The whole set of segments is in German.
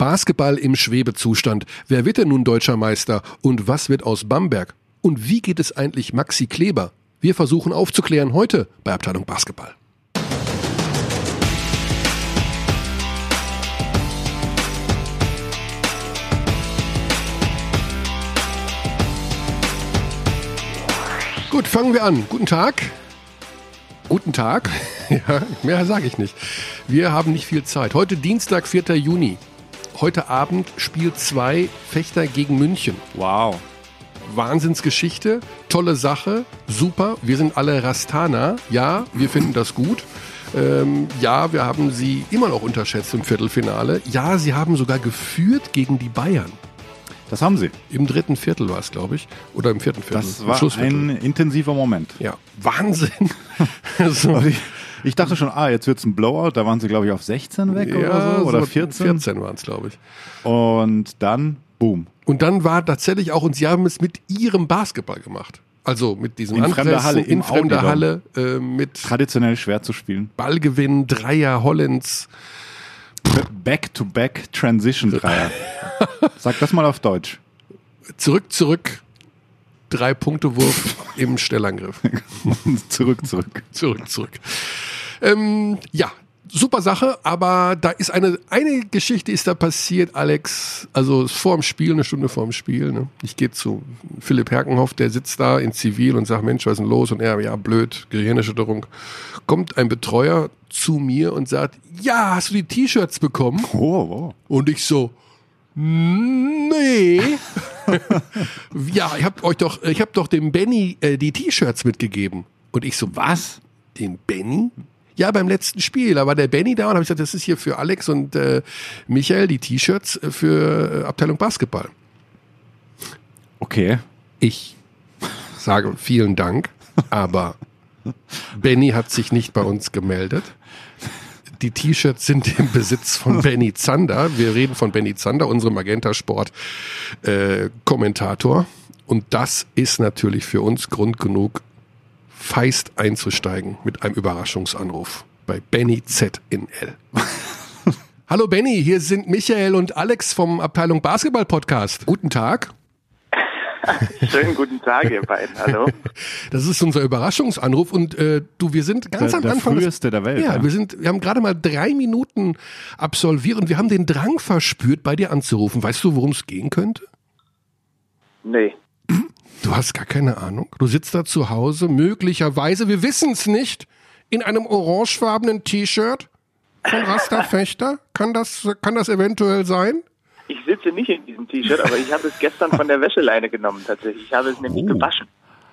Basketball im Schwebezustand. Wer wird denn nun deutscher Meister? Und was wird aus Bamberg? Und wie geht es eigentlich Maxi Kleber? Wir versuchen aufzuklären heute bei Abteilung Basketball. Gut, fangen wir an. Guten Tag. Guten Tag. Ja, mehr sage ich nicht. Wir haben nicht viel Zeit. Heute Dienstag, 4. Juni. Heute Abend Spiel 2, Fechter gegen München. Wow. Wahnsinnsgeschichte, tolle Sache, super. Wir sind alle Rastana. Ja, wir finden das gut. Ja, wir haben sie immer noch unterschätzt im Viertelfinale. Ja, sie haben sogar geführt gegen die Bayern. Das haben sie. Im dritten Viertel war es, glaube ich. Oder im vierten Viertel. Das war ein intensiver Moment. Ja, Wahnsinn. So. Ich dachte schon, jetzt wird es ein Blowout. Da waren sie, glaube ich, auf 16 weg oder so. Oder 14. 14 waren es, glaube ich. Und dann, boom. Und dann war tatsächlich auch, und sie haben es mit ihrem Basketball gemacht. Also mit diesem Anpressen in fremder Halle. Mit traditionell schwer zu spielen. Ballgewinn, Dreier Hollins. Back-to-back Transition-Dreier. Sag das mal auf Deutsch. Zurück. 3-Punkte-Wurf im Schnellangriff. Zurück. Ja, super Sache, aber da ist eine Geschichte ist da passiert, Alex, also vor dem Spiel, eine Stunde vor dem Spiel. Ne? Ich gehe zu Philipp Herkenhoff, der sitzt da in Zivil und sagt, Mensch, was ist denn los? Und er, ja, blöd, Gehirnerschütterung. Kommt ein Betreuer zu mir und sagt, ja, hast du die T-Shirts bekommen? Oh. Und ich so, nee. Ja, ich hab doch dem Benny die T-Shirts mitgegeben. Und ich so, was? Den Benny? Ja, beim letzten Spiel, da war der Benny da und habe ich gesagt, das ist hier für Alex und Michael die T-Shirts für Abteilung Basketball. Okay. Ich sage vielen Dank, aber Benny hat sich nicht bei uns gemeldet. Die T-Shirts sind im Besitz von Benny Zander. Wir reden von Benny Zander, unserem Magenta Sport Kommentator. Und das ist natürlich für uns Grund genug, feist einzusteigen mit einem Überraschungsanruf bei Benny Z in L. Hallo Benny, hier sind Michael und Alex vom Abteilung Basketball Podcast. Guten Tag. Schönen guten Tag, ihr beiden. Hallo. Das ist unser Überraschungsanruf und wir sind ganz am Anfang. Der früheste der Welt. Ja, wir haben gerade mal 3 Minuten absolviert und wir haben den Drang verspürt, bei dir anzurufen. Weißt du, worum es gehen könnte? Nee. Du hast gar keine Ahnung. Du sitzt da zu Hause, möglicherweise, wir wissen es nicht, in einem orangefarbenen T-Shirt von Rasta Fechter. Kann das eventuell sein? Ich sitze nicht in diesem T-Shirt, aber ich habe es gestern von der Wäscheleine genommen tatsächlich. Ich habe es nämlich gewaschen.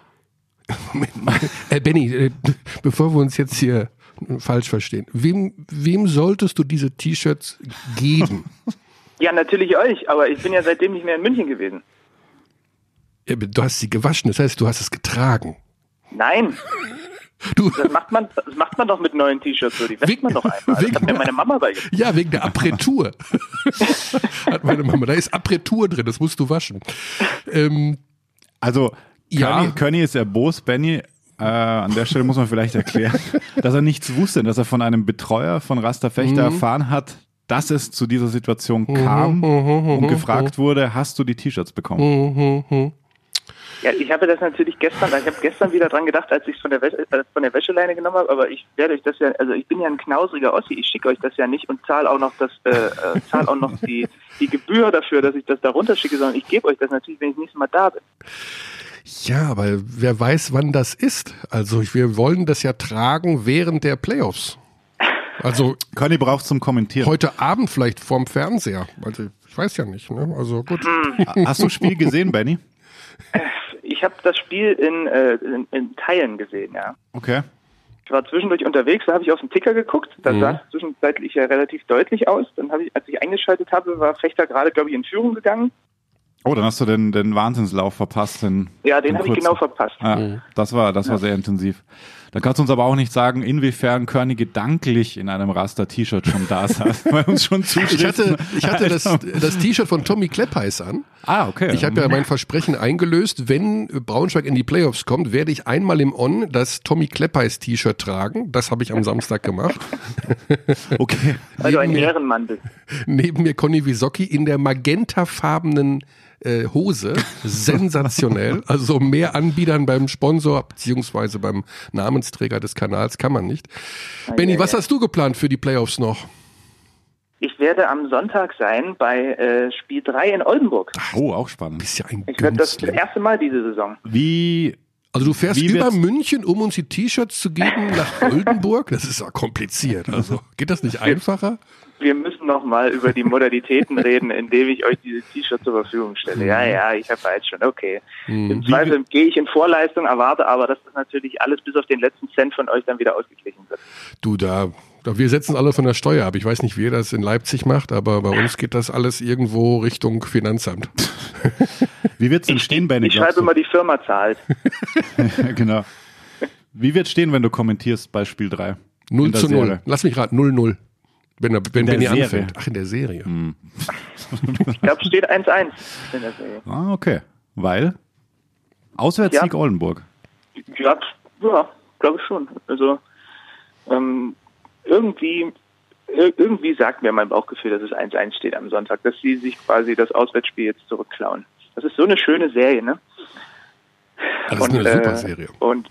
Benny, bevor wir uns jetzt hier falsch verstehen, wem solltest du diese T-Shirts geben? Ja, natürlich euch, aber ich bin ja seitdem nicht mehr in München gewesen. Ja, du hast sie gewaschen, das heißt, du hast es getragen. Nein. Das macht man doch mit neuen T-Shirts so, die wäscht man doch einmal. Das hat mir meine Mama beigebracht. Ja, wegen der Appretur. Hat meine Mama. Da ist Appretur drin, das musst du waschen. Also, Körny ist erbost, Benny. An der Stelle muss man vielleicht erklären, dass er nichts wusste, dass er von einem Betreuer von Rasta Fechter erfahren hat, dass es zu dieser Situation kam und gefragt wurde, hast du die T-Shirts bekommen? Ja, ich habe das natürlich ich habe gestern wieder dran gedacht, als ich es von der Wäscheleine genommen habe, aber ich werde euch das ja, also ich bin ja ein knausriger Ossi, ich schicke euch das ja nicht und zahle auch noch die Gebühr dafür, dass ich das da runterschicke, sondern ich gebe euch das natürlich, wenn ich nächstes Mal da bin. Ja, aber wer weiß, wann das ist. Also wir wollen das ja tragen während der Playoffs. Also Conny braucht zum Kommentieren. Heute Abend vielleicht vorm Fernseher. Also ich weiß ja nicht. Ne? Also gut. Hast du das Spiel gesehen, Benny? Ich habe das Spiel in Teilen gesehen, ja. Okay. Ich war zwischendurch unterwegs, da habe ich auf den Ticker geguckt, da sah es zwischenzeitlich ja relativ deutlich aus. Dann habe ich, als ich eingeschaltet habe, war Fechter gerade, glaube ich, in Führung gegangen. Oh, dann hast du den Wahnsinnslauf verpasst. Den habe ich genau verpasst. Ja, das war sehr intensiv. Dann kannst du uns aber auch nicht sagen, inwiefern Körny gedanklich in einem Raster-T-Shirt schon da saß, weil uns schon Zuschriften... Ich hatte das T-Shirt von Tommy Kleppeis an. Ah, okay. Ich habe ja mein Versprechen eingelöst, wenn Braunschweig in die Playoffs kommt, werde ich einmal im On das Tommy Kleppeis T-Shirt tragen. Das habe ich am Samstag gemacht. Okay. Also ein Ehrenmann bist. Neben mir Conny Wisocki in der magentafarbenen Hose. Sensationell. Also mehr Anbietern beim Sponsor beziehungsweise beim Namensträger des Kanals kann man nicht. Benni, was hast du geplant für die Playoffs noch? Ich werde am Sonntag sein bei Spiel 3 in Oldenburg. Oh, auch spannend. Bist ja ein Ich werde das erste Mal diese Saison. Also du fährst über München, um uns die T-Shirts zu geben nach Oldenburg? Das ist ja kompliziert. Also geht das nicht einfacher? Wir müssen noch mal über die Modalitäten reden, indem ich euch diese T-Shirts zur Verfügung stelle. Ja, ich weiß schon, okay. Im Zweifel gehe ich in Vorleistung, erwarte aber, dass das natürlich alles bis auf den letzten Cent von euch dann wieder ausgeglichen wird. Du, wir setzen alle von der Steuer ab. Ich weiß nicht, wie ihr das in Leipzig macht, aber bei uns geht das alles irgendwo Richtung Finanzamt. Wie wird's denn stehen, Benni? Ich schreibe immer, die Firma zahlt. Genau. Wie wird's stehen, wenn du kommentierst bei Spiel 3? 0:0. Lass mich raten, 0:0. Wenn Benni Serie. anfängt. Ach, in der Serie. Ich glaube, es steht 1:1 in der Serie. Ah, okay. Weil? Auswärtssieg Oldenburg. Ja, glaube ich schon. Also irgendwie sagt mir mein Bauchgefühl, dass es 1:1 steht am Sonntag, dass sie sich quasi das Auswärtsspiel jetzt zurückklauen. Das ist so eine schöne Serie, ne? Das ist eine super Serie. Und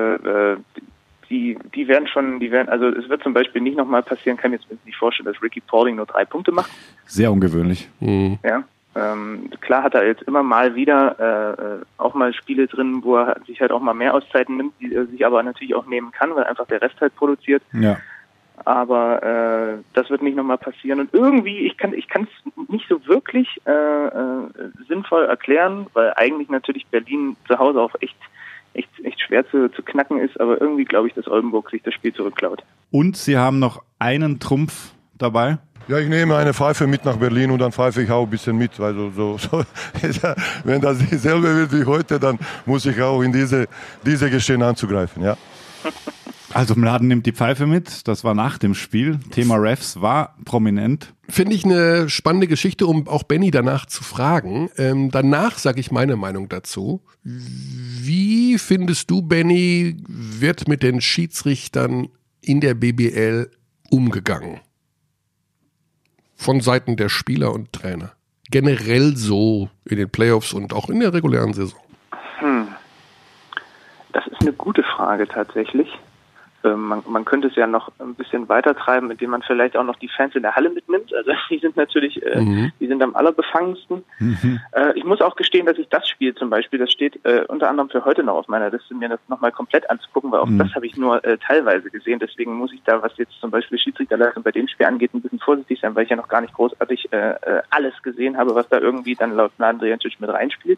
die werden, also es wird zum Beispiel nicht nochmal passieren, kann ich mir jetzt nicht vorstellen, dass Ricky Paulding nur 3 Punkte macht. Sehr ungewöhnlich. Mhm. Ja. Klar hat er jetzt immer mal wieder auch mal Spiele drin, wo er sich halt auch mal mehr Auszeiten nimmt, die er sich aber natürlich auch nehmen kann, weil einfach der Rest halt produziert. Ja. Aber das wird nicht nochmal passieren. Und irgendwie, ich kann es nicht so wirklich sinnvoll erklären, weil eigentlich natürlich Berlin zu Hause auch echt schwer zu knacken ist, aber irgendwie glaube ich, dass Oldenburg sich das Spiel zurückklaut. Und sie haben noch einen Trumpf dabei. Ja, ich nehme eine Pfeife mit nach Berlin und dann pfeife ich auch ein bisschen mit. Also wenn das dieselbe wird wie heute, dann muss ich auch in diese Geschehen anzugreifen, ja. Also Mladen nimmt die Pfeife mit, das war nach dem Spiel. Thema Refs war prominent. Finde ich eine spannende Geschichte, um auch Benni danach zu fragen. Danach sage ich meine Meinung dazu. Wie findest du, Benni, wird mit den Schiedsrichtern in der BBL umgegangen? Von Seiten der Spieler und Trainer. Generell so in den Playoffs und auch in der regulären Saison. Das ist eine gute Frage tatsächlich. Man könnte es ja noch ein bisschen weiter treiben, indem man vielleicht auch noch die Fans in der Halle mitnimmt. Also die sind natürlich, die sind am allerbefangensten. Ich muss auch gestehen, dass ich das Spiel zum Beispiel, das steht unter anderem für heute noch auf meiner Liste, mir das nochmal komplett anzugucken, weil auch das habe ich nur teilweise gesehen. Deswegen muss ich da, was jetzt zum Beispiel Schiedsrichterleistung bei dem Spiel angeht, ein bisschen vorsichtig sein, weil ich ja noch gar nicht großartig alles gesehen habe, was da irgendwie dann laut Mladen Drijancic mit reinspielt.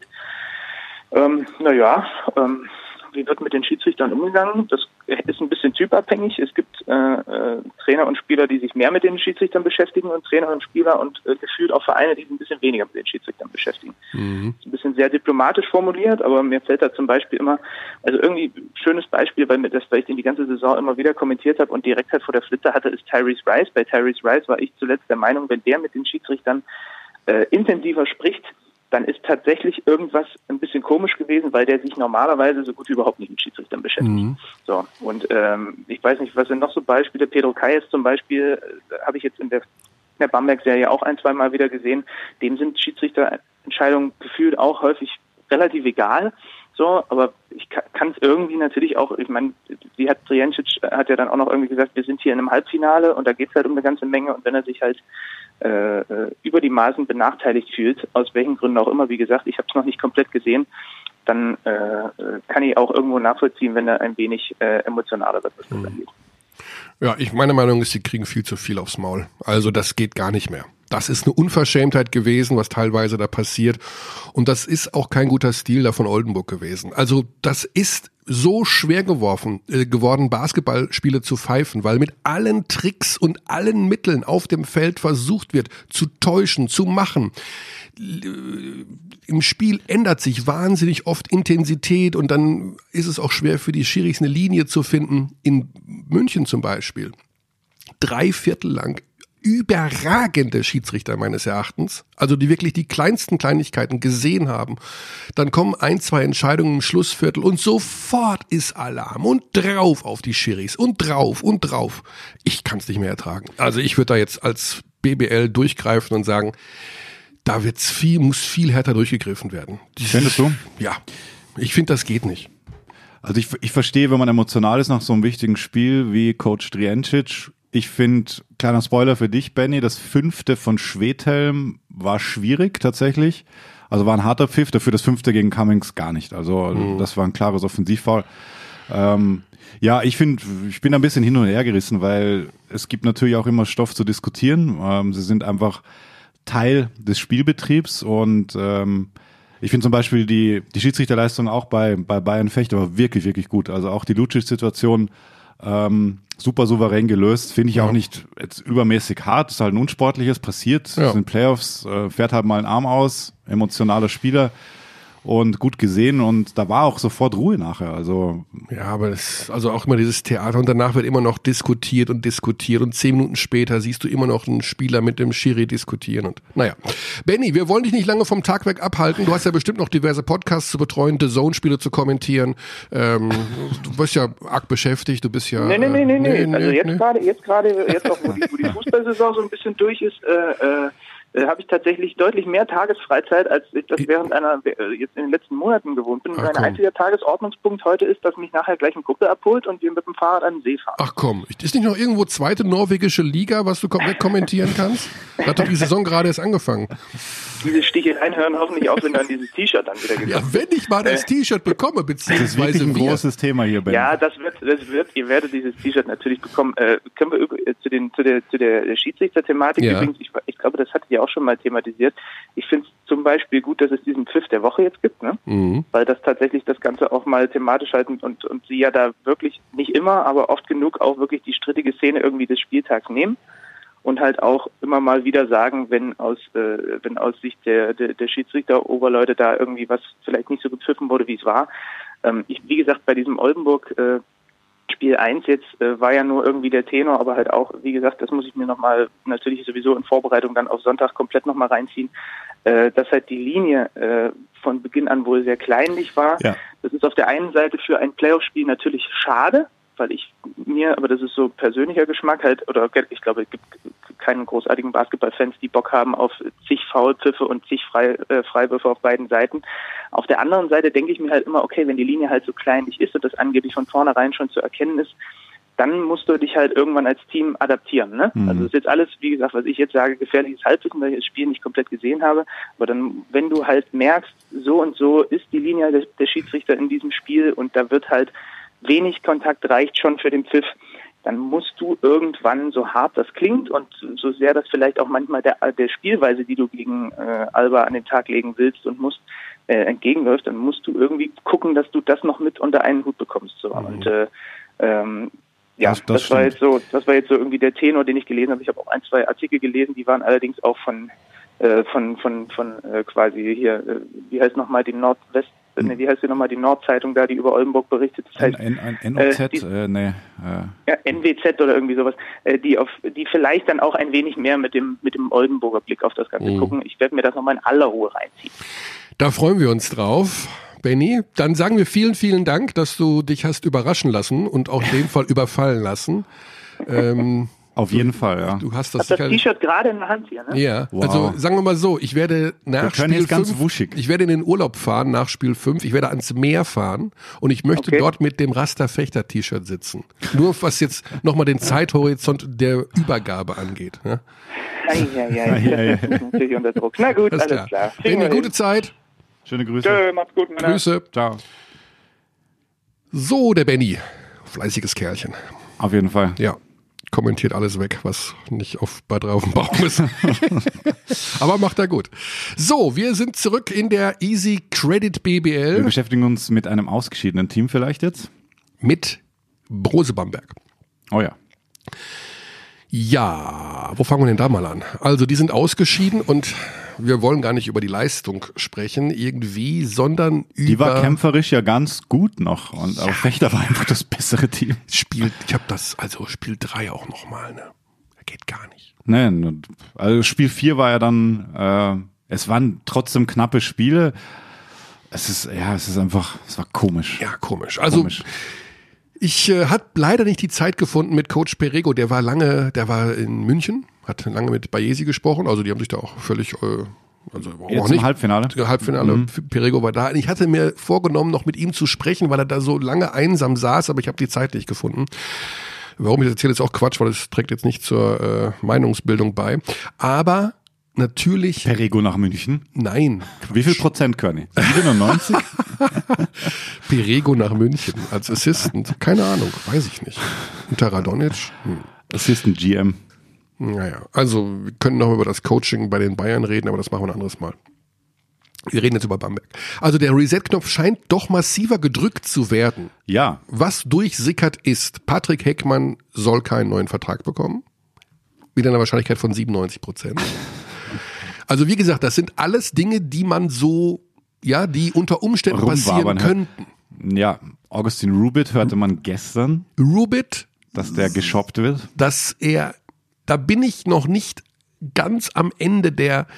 Wie wird mit den Schiedsrichtern umgegangen? Das ist ein bisschen typabhängig. Es gibt Trainer und Spieler, die sich mehr mit den Schiedsrichtern beschäftigen und Trainer und Spieler und gefühlt auch Vereine, die sich ein bisschen weniger mit den Schiedsrichtern beschäftigen. Das ist ein bisschen sehr diplomatisch formuliert, aber mir fällt da zum Beispiel immer, also irgendwie ein schönes Beispiel, weil ich den die ganze Saison immer wieder kommentiert habe und direkt halt vor der Flitze hatte, ist Tyrese Rice. Bei Tyrese Rice war ich zuletzt der Meinung, wenn der mit den Schiedsrichtern intensiver spricht, dann ist tatsächlich irgendwas ein bisschen komisch gewesen, weil der sich normalerweise so gut wie überhaupt nicht mit Schiedsrichtern beschäftigt. So, und ich weiß nicht, was sind noch so Beispiele. Pedro Calles zum Beispiel, habe ich jetzt in der Bamberg-Serie auch 1-2 Mal wieder gesehen. Dem sind Schiedsrichterentscheidungen gefühlt auch häufig relativ egal. So, aber ich kann es irgendwie natürlich auch, ich meine, Drijancic hat ja dann auch noch irgendwie gesagt, wir sind hier in einem Halbfinale und da geht es halt um eine ganze Menge und wenn er sich halt über die Maßen benachteiligt fühlt, aus welchen Gründen auch immer, wie gesagt, ich habe es noch nicht komplett gesehen, dann kann ich auch irgendwo nachvollziehen, wenn er ein wenig emotionaler wird, was das angeht. Ja, meine Meinung ist, sie kriegen viel zu viel aufs Maul. Also das geht gar nicht mehr. Das ist eine Unverschämtheit gewesen, was teilweise da passiert. Und das ist auch kein guter Stil da von Oldenburg gewesen. Also das ist so schwer geworden, Basketballspiele zu pfeifen, weil mit allen Tricks und allen Mitteln auf dem Feld versucht wird, zu täuschen, zu machen. Im Spiel ändert sich wahnsinnig oft Intensität und dann ist es auch schwer für die Schiris eine Linie zu finden. In München zum Beispiel 3/4 lang überragende Schiedsrichter meines Erachtens, also die wirklich die kleinsten Kleinigkeiten gesehen haben. Dann kommen 1, 2 Entscheidungen im Schlussviertel und sofort ist Alarm und drauf auf die Schiris und drauf. Ich kann es nicht mehr ertragen. Also ich würde da jetzt als BBL durchgreifen und sagen, da muss viel härter durchgegriffen werden. Findest du? Ja, ich finde, das geht nicht. Also ich verstehe, wenn man emotional ist nach so einem wichtigen Spiel wie Coach Drijancic. Ich finde, kleiner Spoiler für dich, Benny, das 5. von Schwedhelm war schwierig tatsächlich. Also war ein harter Pfiff, dafür das 5. gegen Cummings gar nicht. Also das war ein klares Offensivfoul. Ja, ich bin ein bisschen hin und her gerissen, weil es gibt natürlich auch immer Stoff zu diskutieren. Sie sind einfach Teil des Spielbetriebs und ich finde zum Beispiel die Schiedsrichterleistung auch bei Bayern Fechter war wirklich, wirklich gut. Also auch die Lucic-Situation super souverän gelöst, finde ich auch nicht jetzt übermäßig hart, ist halt ein unsportliches, passiert, sind Playoffs, fährt halt mal einen Arm aus, emotionaler Spieler und gut gesehen und da war auch sofort Ruhe nachher, also. Ja, aber also auch immer dieses Theater und danach wird immer noch diskutiert und 10 Minuten später siehst du immer noch einen Spieler mit dem Schiri diskutieren und naja. Benny, wir wollen dich nicht lange vom Tag weg abhalten, du hast ja bestimmt noch diverse Podcasts zu betreuen, DAZN-Spiele zu kommentieren, du bist ja arg beschäftigt, du bist ja... Nee. Also jetzt auch, wo die Fußballsaison so ein bisschen durch ist, habe ich tatsächlich deutlich mehr Tagesfreizeit, als ich das jetzt in den letzten Monaten gewohnt bin. Mein einziger Tagesordnungspunkt heute ist, dass mich nachher gleich ein Kumpel abholt und wir mit dem Fahrrad an den See fahren. Ach komm, ist nicht noch irgendwo 2. norwegische Liga, was du kommentieren kannst? Hat doch die Saison gerade erst angefangen. Diese Sticheleien hören hoffentlich auf, wenn du an dieses T-Shirt dann wieder gewinnst. Ja, wenn ich mal das T-Shirt bekomme, beziehungsweise das ist wirklich ein großes Thema hier, Ben. Ja, das wird, ihr werdet dieses T-Shirt natürlich bekommen. Können wir zu der Schiedsrichter-Thematik übrigens, ich glaube, das hattet ihr auch schon mal thematisiert. Ich finde es zum Beispiel gut, dass es diesen Pfiff der Woche jetzt gibt, ne? Weil das tatsächlich das Ganze auch mal thematisch halten und sie ja da wirklich nicht immer, aber oft genug auch wirklich die strittige Szene irgendwie des Spieltags nehmen. Und halt auch immer mal wieder sagen, wenn aus Sicht der Schiedsrichter-Oberleute da irgendwie was vielleicht nicht so gepfiffen wurde, wie es war. Wie gesagt, bei diesem Oldenburg Spiel 1 jetzt war ja nur irgendwie der Tenor, aber halt auch, wie gesagt, das muss ich mir nochmal natürlich sowieso in Vorbereitung dann auf Sonntag komplett nochmal reinziehen, dass halt die Linie von Beginn an wohl sehr kleinlich war. Ja. Das ist auf der einen Seite für ein Playoff-Spiel natürlich schade, weil aber das ist so persönlicher Geschmack halt, oder ich glaube, es gibt keinen großartigen Basketballfans, die Bock haben auf zig Foulpfiffe und zig Freiwürfe auf beiden Seiten. Auf der anderen Seite denke ich mir halt immer, okay, wenn die Linie halt so kleinlich ist und das angeblich von vornherein schon zu erkennen ist, dann musst du dich halt irgendwann als Team adaptieren, ne? Also das ist jetzt alles, wie gesagt, was ich jetzt sage, gefährliches Halbwissen, weil ich das Spiel nicht komplett gesehen habe. Aber dann, wenn du halt merkst, so und so ist die Linie der Schiedsrichter in diesem Spiel und da wird halt wenig Kontakt reicht schon für den Pfiff, dann musst du irgendwann, so hart das klingt und so sehr das vielleicht auch manchmal der Spielweise, die du gegen Alba an den Tag legen willst und musst, entgegenläuft, dann musst du irgendwie gucken, dass du das noch mit unter einen Hut bekommst. So. Und das war jetzt so irgendwie der Tenor, den ich gelesen habe. Ich habe auch 1, 2 Artikel gelesen, die waren allerdings auch von quasi hier, wie heißt nochmal die die Nordzeitung da, die über Oldenburg berichtet. Das heißt, NOZ? NWZ oder irgendwie sowas, die vielleicht dann auch ein wenig mehr mit dem Oldenburger Blick auf das Ganze gucken. Ich werde mir das nochmal in aller Ruhe reinziehen. Da freuen wir uns drauf. Benny, dann sagen wir vielen, vielen Dank, dass du dich hast überraschen lassen und auch in dem Fall überfallen lassen. Auf jeden Fall, ja. Du hast das T-Shirt gerade in der Hand hier, ne? Ja, wow. Also sagen wir mal so, ich werde nach Spiel 5, ich werde in den Urlaub fahren nach Spiel 5, ich werde ans Meer fahren und ich möchte dort mit dem Raster-Fechter-T-Shirt sitzen. Nur was jetzt nochmal den Zeithorizont der Übergabe angeht. Ne? Ja. Das ist natürlich unter Druck. Na gut, alles klar. Benni, gute Zeit. Schöne Grüße. Tschö, macht's gut. Männer. Grüße. Ciao. So, der Benni. Fleißiges Kerlchen. Auf jeden Fall. Ja. kommentiert alles weg, was nicht bei 3 auf dem Baum ist. Aber macht er gut. So, wir sind zurück in der Easy Credit BBL. Wir beschäftigen uns mit einem ausgeschiedenen Team vielleicht jetzt. Mit Brose Bamberg. Oh ja. Ja, wo fangen wir denn da mal an? Also die sind ausgeschieden und wir wollen gar nicht über die Leistung sprechen irgendwie, sondern über... Die war kämpferisch ja ganz gut noch und auch Fechter war einfach das bessere Team. Spiel 3 auch nochmal, ne? Geht gar nicht. Nein, also Spiel 4 war ja dann, es waren trotzdem knappe Spiele. Es war komisch. Ja, komisch. Also ich hatte leider nicht die Zeit gefunden mit Coach Perego, der war in München, hat lange mit Bayesi gesprochen, also die haben sich da auch völlig, jetzt im Halbfinale. Perego war da. Ich hatte mir vorgenommen, noch mit ihm zu sprechen, weil er da so lange einsam saß, aber ich habe die Zeit nicht gefunden. Warum ich das erzähle, ist auch Quatsch, weil das trägt jetzt nicht zur Meinungsbildung bei. Aber natürlich... Perego nach München? Nein. Wie viel Prozent, Körny? 97? Perego nach München als Assistant. Keine Ahnung, weiß ich nicht. Unter Radonjic? Assistant GM. Naja, also wir können noch über das Coaching bei den Bayern reden, aber das machen wir ein anderes Mal. Wir reden jetzt über Bamberg. Also der Reset-Knopf scheint doch massiver gedrückt zu werden. Ja. Was durchsickert ist, Patrick Heckmann soll keinen neuen Vertrag bekommen. Mit einer Wahrscheinlichkeit von 97%. Also wie gesagt, das sind alles Dinge, die man so, ja, die unter Umständen passieren könnten. Ja, Augustin Rubit hörte man gestern. Rubit. Dass der geshoppt wird. Da bin ich noch nicht ganz am Ende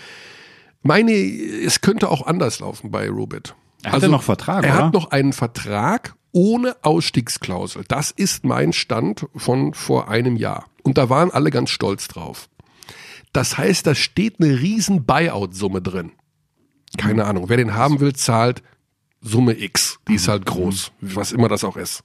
es könnte auch anders laufen bei Rubit. Er hat ja noch Vertrag, Er oder? hat noch einen Vertrag ohne Ausstiegsklausel. Das ist mein Stand von vor einem Jahr. Und da waren alle ganz stolz drauf. Das heißt, da steht eine riesen Buyout-Summe drin. Keine Ahnung. Wer den haben will, zahlt Summe X. Die ist halt groß. Was immer das auch ist.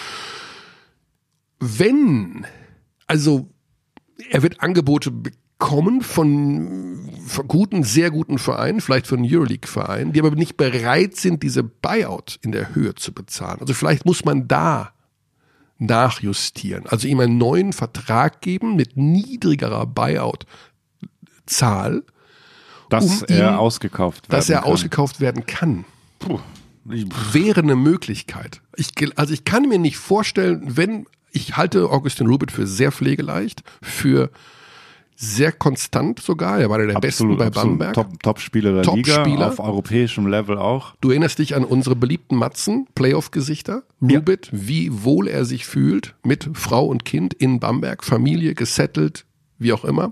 Er wird Angebote bekommen von sehr guten Vereinen, vielleicht von Euroleague-Vereinen, die aber nicht bereit sind, diese Buyout in der Höhe zu bezahlen. Also vielleicht muss man da nachjustieren. Also ihm einen neuen Vertrag geben mit niedrigerer Buyout-Zahl. Dass er ausgekauft werden kann. Wäre eine Möglichkeit. Ich kann mir nicht vorstellen, ich halte Augustin Rubit für sehr pflegeleicht, für sehr konstant sogar. Er war der Besten bei Bamberg. Top-Spieler der Liga, auf europäischem Level auch. Du erinnerst dich an unsere beliebten Matzen, Playoff-Gesichter. Rubit, wie wohl er sich fühlt mit Frau und Kind in Bamberg, Familie, gesettelt, wie auch immer.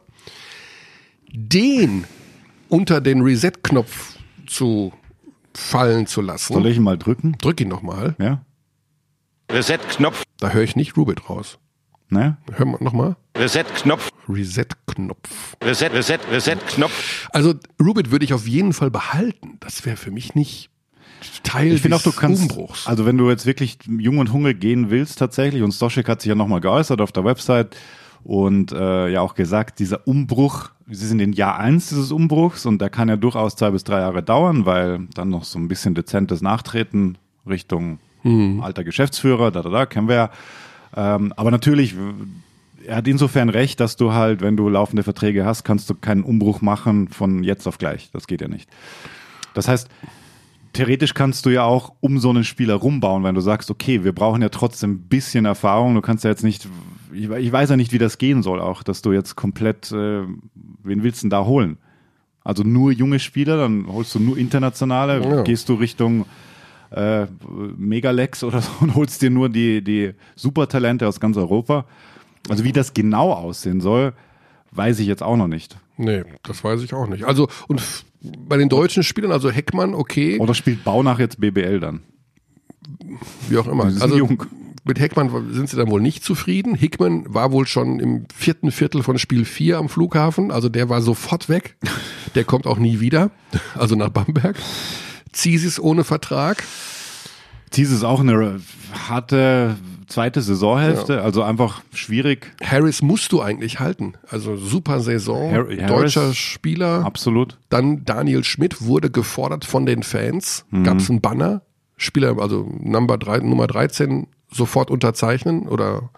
Den unter den Reset-Knopf zu fallen zu lassen. Soll ich ihn mal drücken? Drück ihn noch mal. Ja. Reset-Knopf. Da höre ich nicht Rubit raus. Ne? Hör mal nochmal. Reset-Knopf. Reset-Knopf. Reset-Knopf. Also Rubit würde ich auf jeden Fall behalten. Das wäre für mich nicht Teil des Umbruchs. Also wenn du jetzt wirklich jung und hungrig gehen willst tatsächlich, und Stoschek hat sich ja nochmal geäußert auf der Website und ja auch gesagt, dieser Umbruch, sie sind in Jahr 1 dieses Umbruchs und der kann ja durchaus 2 bis 3 Jahre dauern, weil dann noch so ein bisschen dezentes Nachtreten Richtung alter Geschäftsführer, kennen wir ja. Aber natürlich, er hat insofern recht, dass du halt, wenn du laufende Verträge hast, kannst du keinen Umbruch machen von jetzt auf gleich. Das geht ja nicht. Das heißt, theoretisch kannst du ja auch um so einen Spieler rumbauen, wenn du sagst, okay, wir brauchen ja trotzdem ein bisschen Erfahrung. Du kannst ja jetzt nicht, ich weiß ja nicht, wie das gehen soll auch, dass du jetzt komplett, wen willst du denn da holen? Also nur junge Spieler, dann holst du nur internationale, gehst du Richtung Megalex oder so und holst dir nur die Supertalente aus ganz Europa. Also wie das genau aussehen soll, weiß ich jetzt auch noch nicht. Nee, das weiß ich auch nicht. Also und bei den deutschen Spielern, also Heckmann, okay. Oder spielt Baunach jetzt BBL dann? Wie auch immer. Also jung. Mit Heckmann sind sie dann wohl nicht zufrieden. Hickman war wohl schon im 4. Viertel von Spiel 4 am Flughafen. Also der war sofort weg. Der kommt auch nie wieder. Also nach Bamberg. Zisis ohne Vertrag. Zisis auch eine harte zweite Saisonhälfte, also einfach schwierig. Harris musst du eigentlich halten. Also super Saison, deutscher Spieler. Absolut. Dann Daniel Schmidt wurde gefordert von den Fans. Gab es einen Banner. Spieler, also Nummer 13 sofort unterzeichnen oder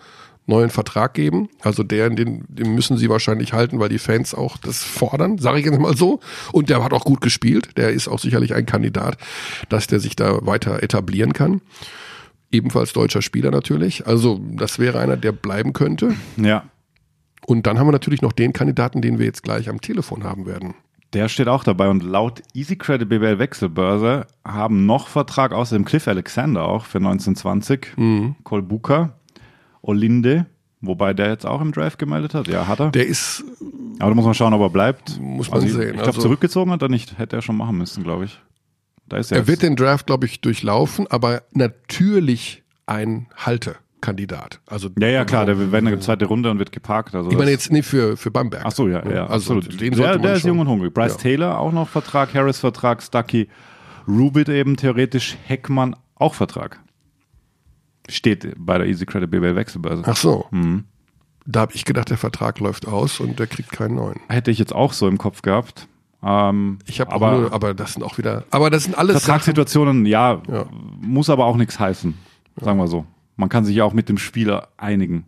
neuen Vertrag geben. Also den müssen sie wahrscheinlich halten, weil die Fans auch das fordern, sage ich jetzt mal so. Und der hat auch gut gespielt. Der ist auch sicherlich ein Kandidat, dass der sich da weiter etablieren kann. Ebenfalls deutscher Spieler natürlich. Also das wäre einer, der bleiben könnte. Ja. Und dann haben wir natürlich noch den Kandidaten, den wir jetzt gleich am Telefon haben werden. Der steht auch dabei und laut Easy Credit BBL Wechselbörse haben noch Vertrag außerdem Cliff Alexander auch für 1920, Kolbuka, Olinde, wobei der jetzt auch im Draft gemeldet hat. Ja, hat er. Der ist... Aber da muss man schauen, ob er bleibt. Muss man sehen. Ich glaube, zurückgezogen hat er nicht. Hätte er schon machen müssen, glaube ich. Da ist er wird den Draft, glaube ich, durchlaufen, aber natürlich ein Haltekandidat. Also ja, klar, der wird eine zweite Runde und wird geparkt. Also ich meine jetzt nicht für Bamberg. Ach so, ja, also absolut. Den der ist jung und hungrig. Bryce Ja. Taylor auch noch Vertrag, Harris Vertrag, Stuckey, Rubit eben theoretisch, Heckmann auch Vertrag. Steht bei der Easy Credit BBL Wechselbörse. Ach so. Da habe ich gedacht, der Vertrag läuft aus und der kriegt keinen neuen. Hätte ich jetzt auch so im Kopf gehabt. Ich habe aber das sind auch wieder, aber das sind alles Vertragssituationen, ja, Ja. muss aber auch nichts heißen, sagen wir so. Man kann sich ja auch mit dem Spieler einigen.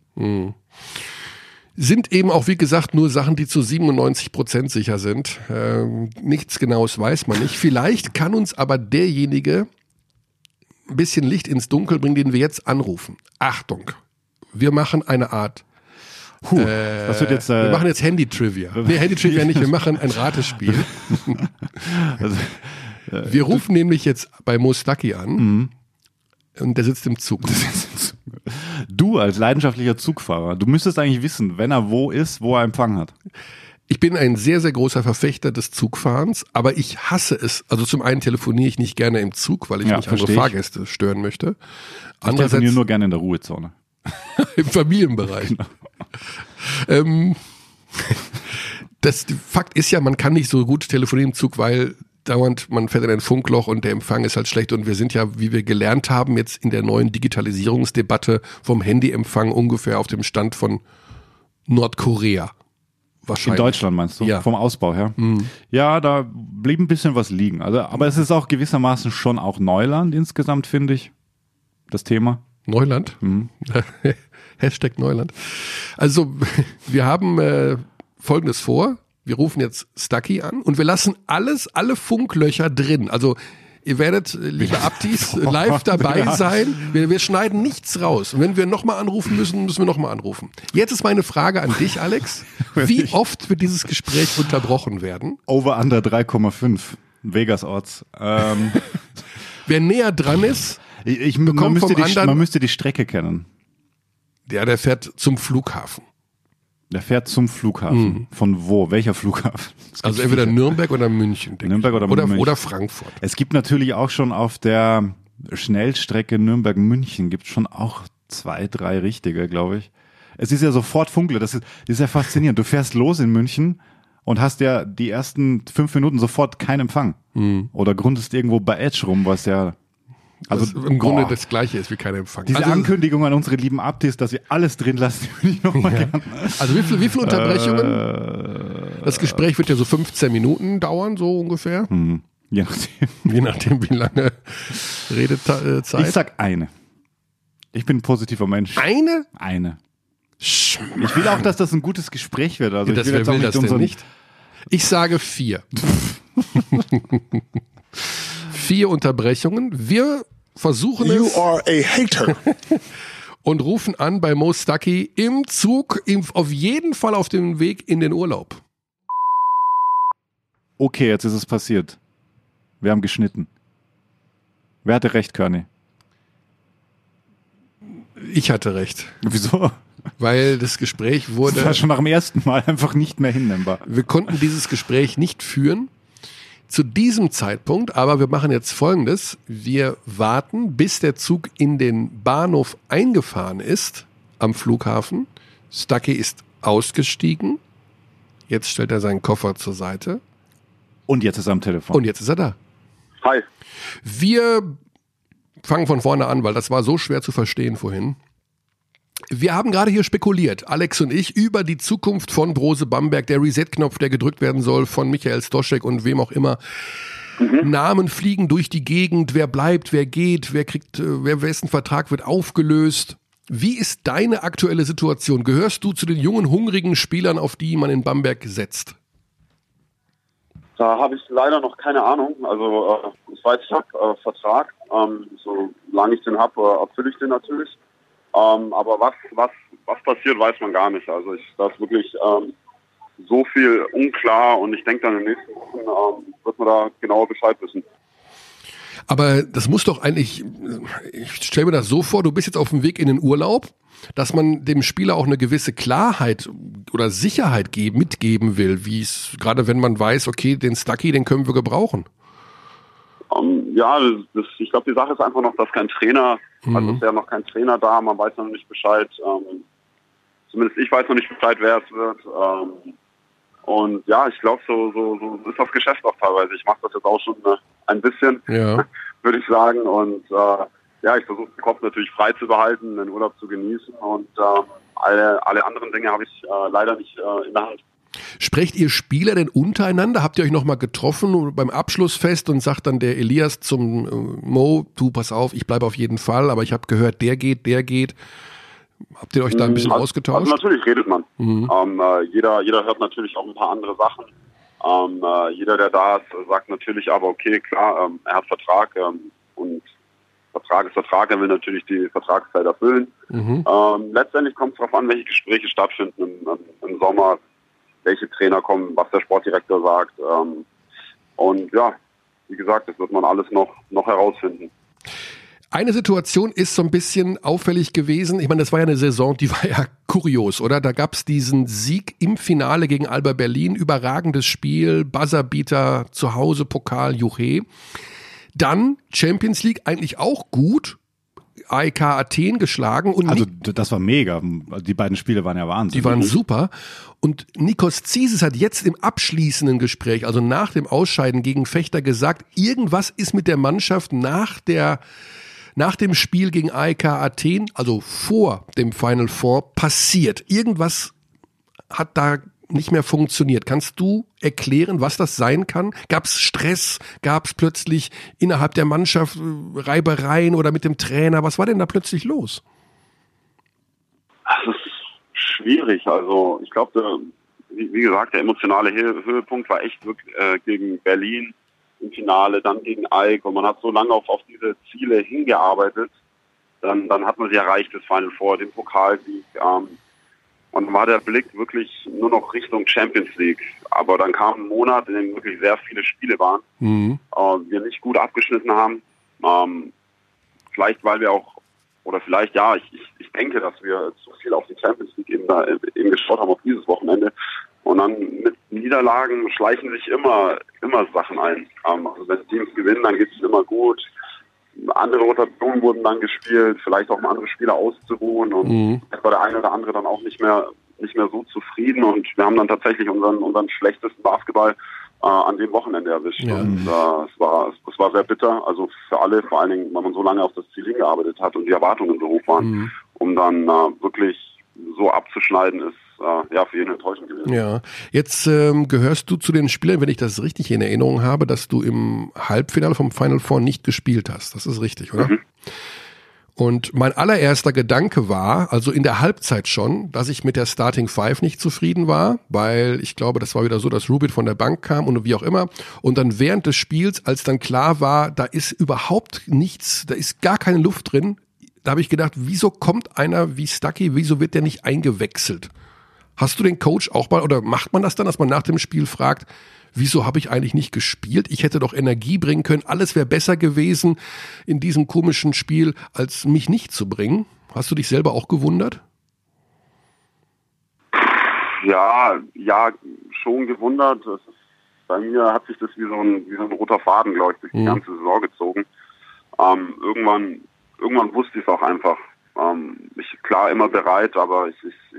sind eben auch, wie gesagt, nur Sachen, die zu 97% sicher sind. Nichts Genaues weiß man nicht. Vielleicht kann uns aber derjenige ein bisschen Licht ins Dunkel bringen, den wir jetzt anrufen. Achtung, wir machen eine Art Das wird jetzt, wir machen jetzt Handy-Trivia. Nee, Handy-Trivia nicht, wir machen ein Ratespiel. also, Wir rufen nämlich jetzt bei Mo Stuckey an und der sitzt im Zug. du als leidenschaftlicher Zugfahrer, du müsstest eigentlich wissen, wenn er wo ist, wo er Empfang hat. Ich bin ein sehr, sehr großer Verfechter des Zugfahrens, aber ich hasse es. Also zum einen telefoniere ich nicht gerne im Zug, weil ich nicht andere Fahrgäste stören möchte. Ich telefoniere nur gerne in der Ruhezone. Im Familienbereich. Genau. Das Fakt ist ja, man kann nicht so gut telefonieren im Zug, weil dauernd man fährt in ein Funkloch und der Empfang ist halt schlecht und wir sind ja, wie wir gelernt haben, jetzt in der neuen Digitalisierungsdebatte vom Handyempfang ungefähr auf dem Stand von Nordkorea. Wahrscheinlich. In Deutschland meinst du? Ja. Vom Ausbau her? Ja, da blieb ein bisschen was liegen. Also, aber es ist auch gewissermaßen schon auch Neuland insgesamt, finde ich, das Thema. Neuland? Hashtag Neuland. Also wir haben Folgendes vor. Wir rufen jetzt Stuckey an und wir lassen alle Funklöcher drin. Also ihr werdet, liebe Abtis, live dabei sein. Wir schneiden nichts raus. Und wenn wir nochmal anrufen müssen, müssen wir nochmal anrufen. Jetzt ist meine Frage an dich, Alex. Wie oft wird dieses Gespräch unterbrochen werden? Over under 3,5. Vegas Odds. Wer näher dran ist, man müsste die Strecke kennen. der fährt zum Flughafen. Der fährt zum Flughafen. Von wo? Welcher Flughafen? Also entweder Nürnberg oder München. Nürnberg oder München. Oder Frankfurt. Es gibt natürlich auch schon auf der Schnellstrecke Nürnberg-München gibt schon auch 2, 3 richtige, glaube ich. Es ist ja sofort Funkle. Das ist ja faszinierend. Du fährst los in München und hast ja die ersten 5 Minuten sofort keinen Empfang. Oder grundest irgendwo bei Edge rum, was ja... Also im Grunde das Gleiche ist wie kein Empfang. Diese Ankündigung an unsere lieben Abtis, dass wir alles drin lassen, würde ich nochmal gerne. Also wie viele Unterbrechungen? Das Gespräch wird ja so 15 Minuten dauern, so ungefähr. Je nachdem. Je nachdem, wie lange Redezeit. Ich sag eine. Ich bin ein positiver Mensch. Eine? Eine. Ich will auch, dass das ein gutes Gespräch wird. Also Das ich will will jetzt auch das denn nicht. Ich sage 4. 4 Unterbrechungen. Wir versuchen You es are a hater. und rufen an bei Mo Stuckey im Zug, auf jeden Fall auf dem Weg in den Urlaub. Okay, jetzt ist es passiert. Wir haben geschnitten. Wer hatte recht, Körny? Ich hatte recht, Wieso? weil das Gespräch wurde... Das war schon nach dem ersten Mal einfach nicht mehr hinnehmbar. Wir konnten dieses Gespräch nicht führen zu diesem Zeitpunkt, aber wir machen jetzt Folgendes. Wir warten, bis der Zug in den Bahnhof eingefahren ist am Flughafen. Stuckey ist ausgestiegen. Jetzt stellt er seinen Koffer zur Seite. Und jetzt ist er am Telefon. Und jetzt ist er da. Hi. Wir fangen von vorne an, weil das war so schwer zu verstehen vorhin. Wir haben gerade hier spekuliert, Alex und ich, über die Zukunft von Brose Bamberg, der Reset-Knopf, der gedrückt werden soll von Michael Stoschek und wem auch immer. Namen fliegen durch die Gegend, wer bleibt, wer geht, wessen Vertrag wird aufgelöst. Wie ist deine aktuelle Situation? Gehörst du zu den jungen, hungrigen Spielern, auf die man in Bamberg setzt? Da habe ich leider noch keine Ahnung. Also ich weiß, ich habe Vertrag. Solange ich den habe, erfülle ich den natürlich. Aber was passiert, weiß man gar nicht. Also da ist wirklich so viel unklar und ich denke dann in den nächsten Wochen wird man da genauer Bescheid wissen. Aber das muss doch eigentlich, ich stelle mir das so vor, du bist jetzt auf dem Weg in den Urlaub, dass man dem Spieler auch eine gewisse Klarheit oder Sicherheit mitgeben will, wie es, gerade wenn man weiß, okay, den Stuckey, den können wir gebrauchen. Ich glaube, die Sache ist einfach noch, dass kein Trainer, also ist ja noch kein Trainer da, man weiß noch nicht Bescheid, zumindest ich weiß noch nicht Bescheid, wer es wird. Und ja, ich glaube, so ist das Geschäft auch teilweise. Ich mache das jetzt auch schon ein bisschen, würde ich sagen. Und ich versuche den Kopf natürlich frei zu behalten, den Urlaub zu genießen. Und alle anderen Dinge habe ich leider nicht in der Hand. Sprecht ihr Spieler denn untereinander? Habt ihr euch nochmal getroffen beim Abschlussfest und sagt dann der Elias zum Mo, du pass auf, ich bleibe auf jeden Fall, aber ich habe gehört, der geht. Habt ihr euch da ein bisschen ausgetauscht? Also natürlich redet man. Jeder hört natürlich auch ein paar andere Sachen. Jeder, der da ist, sagt natürlich aber, okay, klar, er hat Vertrag und Vertrag ist Vertrag, er will natürlich die Vertragszeit erfüllen. Letztendlich kommt es darauf an, welche Gespräche stattfinden im Sommer, welche Trainer kommen, was der Sportdirektor sagt. Und ja, wie gesagt, das wird man alles noch herausfinden. Eine Situation ist so ein bisschen auffällig gewesen. Ich meine, das war ja eine Saison, die war ja kurios, oder? Da gab es diesen Sieg im Finale gegen Alba Berlin, überragendes Spiel, Buzzerbeater zu Hause, Pokal, Juche. Dann Champions League eigentlich auch gut, AEK Athen geschlagen. Und also das war mega, die beiden Spiele waren ja Wahnsinn. Die waren super. Und Nikos Zisis hat jetzt im abschließenden Gespräch, also nach dem Ausscheiden gegen Fechter gesagt, irgendwas ist mit der Mannschaft nach dem Spiel gegen AEK Athen, also vor dem Final Four, passiert. Irgendwas hat da nicht mehr funktioniert. Kannst du erklären, was das sein kann? Gab es Stress? Gab es plötzlich innerhalb der Mannschaft Reibereien oder mit dem Trainer? Was war denn da plötzlich los? Das ist schwierig. Also ich glaube, wie gesagt, der emotionale Höhepunkt war echt wirklich gegen Berlin im Finale, dann gegen AEK und man hat so lange auf diese Ziele hingearbeitet, dann hat man sie erreicht, das Final Four, den Pokalsieg, und dann war der Blick wirklich nur noch Richtung Champions League. Aber dann kam ein Monat, in dem wirklich sehr viele Spiele waren, wir nicht gut abgeschnitten haben, vielleicht weil wir auch, oder vielleicht, ja, ich denke, dass wir zu viel auf die Champions League eben geschaut haben auf dieses Wochenende. Und dann mit Niederlagen schleichen sich immer Sachen ein. Also wenn Teams gewinnen, dann geht es immer gut. Andere Rotationen wurden dann gespielt, vielleicht auch um andere Spieler auszuruhen. Und es war der eine oder andere dann auch nicht mehr so zufrieden. Und wir haben dann tatsächlich unseren schlechtesten Basketball an dem Wochenende erwischt. Ja. Und es war sehr bitter. Also für alle, vor allen Dingen, weil man so lange auf das Ziel hingearbeitet hat und die Erwartungen so hoch waren, um dann wirklich so abzuschneiden, ist für jeden enttäuschend gewesen. Ja, jetzt gehörst du zu den Spielern, wenn ich das richtig in Erinnerung habe, dass du im Halbfinale vom Final Four nicht gespielt hast. Das ist richtig, oder? Und mein allererster Gedanke war, also in der Halbzeit schon, dass ich mit der Starting Five nicht zufrieden war, weil ich glaube, das war wieder so, dass Rubin von der Bank kam und wie auch immer. Und dann während des Spiels, als dann klar war, da ist überhaupt nichts, da ist gar keine Luft drin, da habe ich gedacht, wieso kommt einer wie Stuckey, wieso wird der nicht eingewechselt? Hast du den Coach auch mal, oder macht man das dann, dass man nach dem Spiel fragt, wieso habe ich eigentlich nicht gespielt? Ich hätte doch Energie bringen können. Alles wäre besser gewesen in diesem komischen Spiel, als mich nicht zu bringen. Hast du dich selber auch gewundert? Ja, schon gewundert. Bei mir hat sich das wie so ein roter Faden, glaube ich, durch die ganze Saison gezogen. Irgendwann wusste ich es auch einfach. Klar, immer bereit, aber ich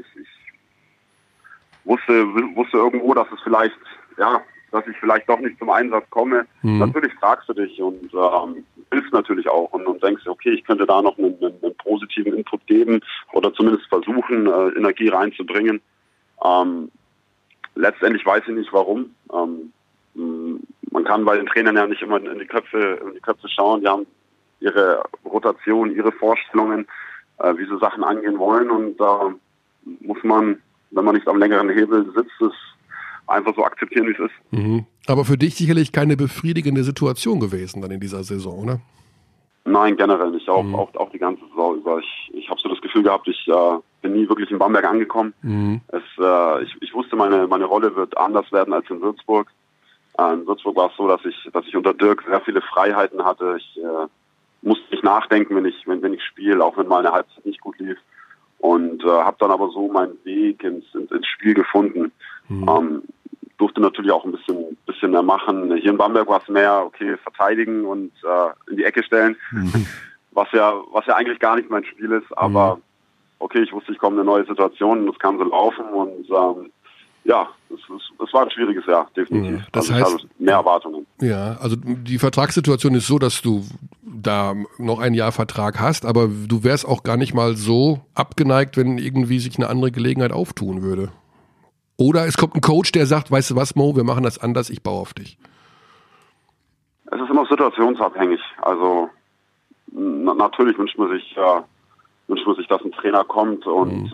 wusste irgendwo, dass ich vielleicht doch nicht zum Einsatz komme. Natürlich fragst du dich und hilfst natürlich auch und denkst, okay, ich könnte da noch einen positiven Input geben oder zumindest versuchen, Energie reinzubringen. Letztendlich weiß ich nicht, warum. Man kann bei den Trainern ja nicht immer in die Köpfe schauen. Die haben ihre Rotation, ihre Vorstellungen. wie sie Sachen angehen wollen. Und da muss man, wenn man nicht am längeren Hebel sitzt, es einfach so akzeptieren, wie es ist. Mhm. Aber für dich sicherlich keine befriedigende Situation gewesen dann in dieser Saison, oder? Nein, generell nicht. Auch die ganze Saison über. Ich habe so das Gefühl gehabt, ich bin nie wirklich in Bamberg angekommen. Mhm. Ich wusste, meine Rolle wird anders werden als in Würzburg. In Würzburg war es so, dass ich unter Dirk sehr viele Freiheiten hatte. Ich musste nicht nachdenken, wenn ich spiele, auch wenn mal eine Halbzeit nicht gut lief. Und habe dann aber so meinen Weg ins Spiel gefunden. Durfte natürlich auch ein bisschen mehr machen. Hier in Bamberg war es mehr, okay, verteidigen und in die Ecke stellen, was ja eigentlich gar nicht mein Spiel ist. Aber okay, ich wusste, ich komme in eine neue Situation und es kann so laufen. Und es war ein schwieriges Jahr, definitiv. Das also heißt, ich habe mehr Erwartungen. Ja, also die Vertragssituation ist so, dass du da noch ein Jahr Vertrag hast, aber du wärst auch gar nicht mal so abgeneigt, wenn irgendwie sich eine andere Gelegenheit auftun würde. Oder es kommt ein Coach, der sagt, weißt du was, Mo, wir machen das anders, ich baue auf dich. Es ist immer situationsabhängig. Also natürlich wünscht man sich, dass ein Trainer kommt und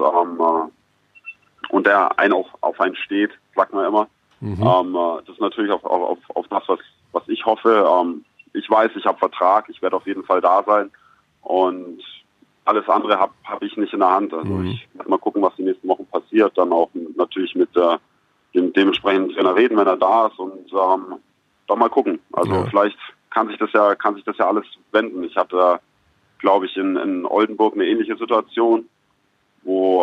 der einen auch auf einen steht, sagt man immer. Das ist natürlich auf das, was ich hoffe. Ich weiß, ich habe Vertrag, ich werde auf jeden Fall da sein und alles andere hab ich nicht in der Hand. Also ich werde mal gucken, was die nächsten Wochen passiert. Dann auch natürlich mit dem dementsprechenden Trainer reden, wenn er da ist und dann mal gucken. Also vielleicht kann sich das ja alles wenden. Ich hatte, glaube ich, in Oldenburg eine ähnliche Situation, wo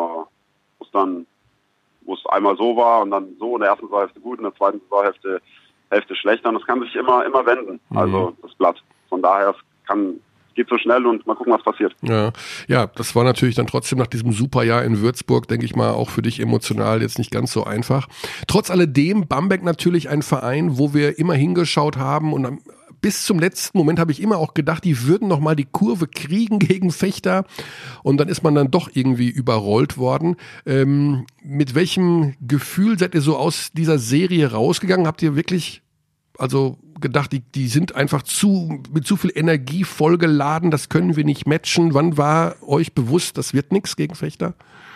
es einmal so war und dann so in der ersten Saisonhälfte gut, in der zweiten Saisonhälfte schlechter. Und das kann sich immer wenden. Also das Blatt. Von daher geht so schnell und mal gucken, was passiert. Ja, das war natürlich dann trotzdem nach diesem Superjahr in Würzburg, denke ich mal, auch für dich emotional jetzt nicht ganz so einfach. Trotz alledem, Bamberg natürlich ein Verein, wo wir immer hingeschaut haben und bis zum letzten Moment habe ich immer auch gedacht, die würden noch mal die Kurve kriegen gegen Vechta und dann ist man dann doch irgendwie überrollt worden. Mit welchem Gefühl seid ihr so aus dieser Serie rausgegangen? Habt ihr wirklich gedacht, die sind einfach mit zu viel Energie vollgeladen, das können wir nicht matchen? Wann war euch bewusst, das wird nichts gegen Vechta?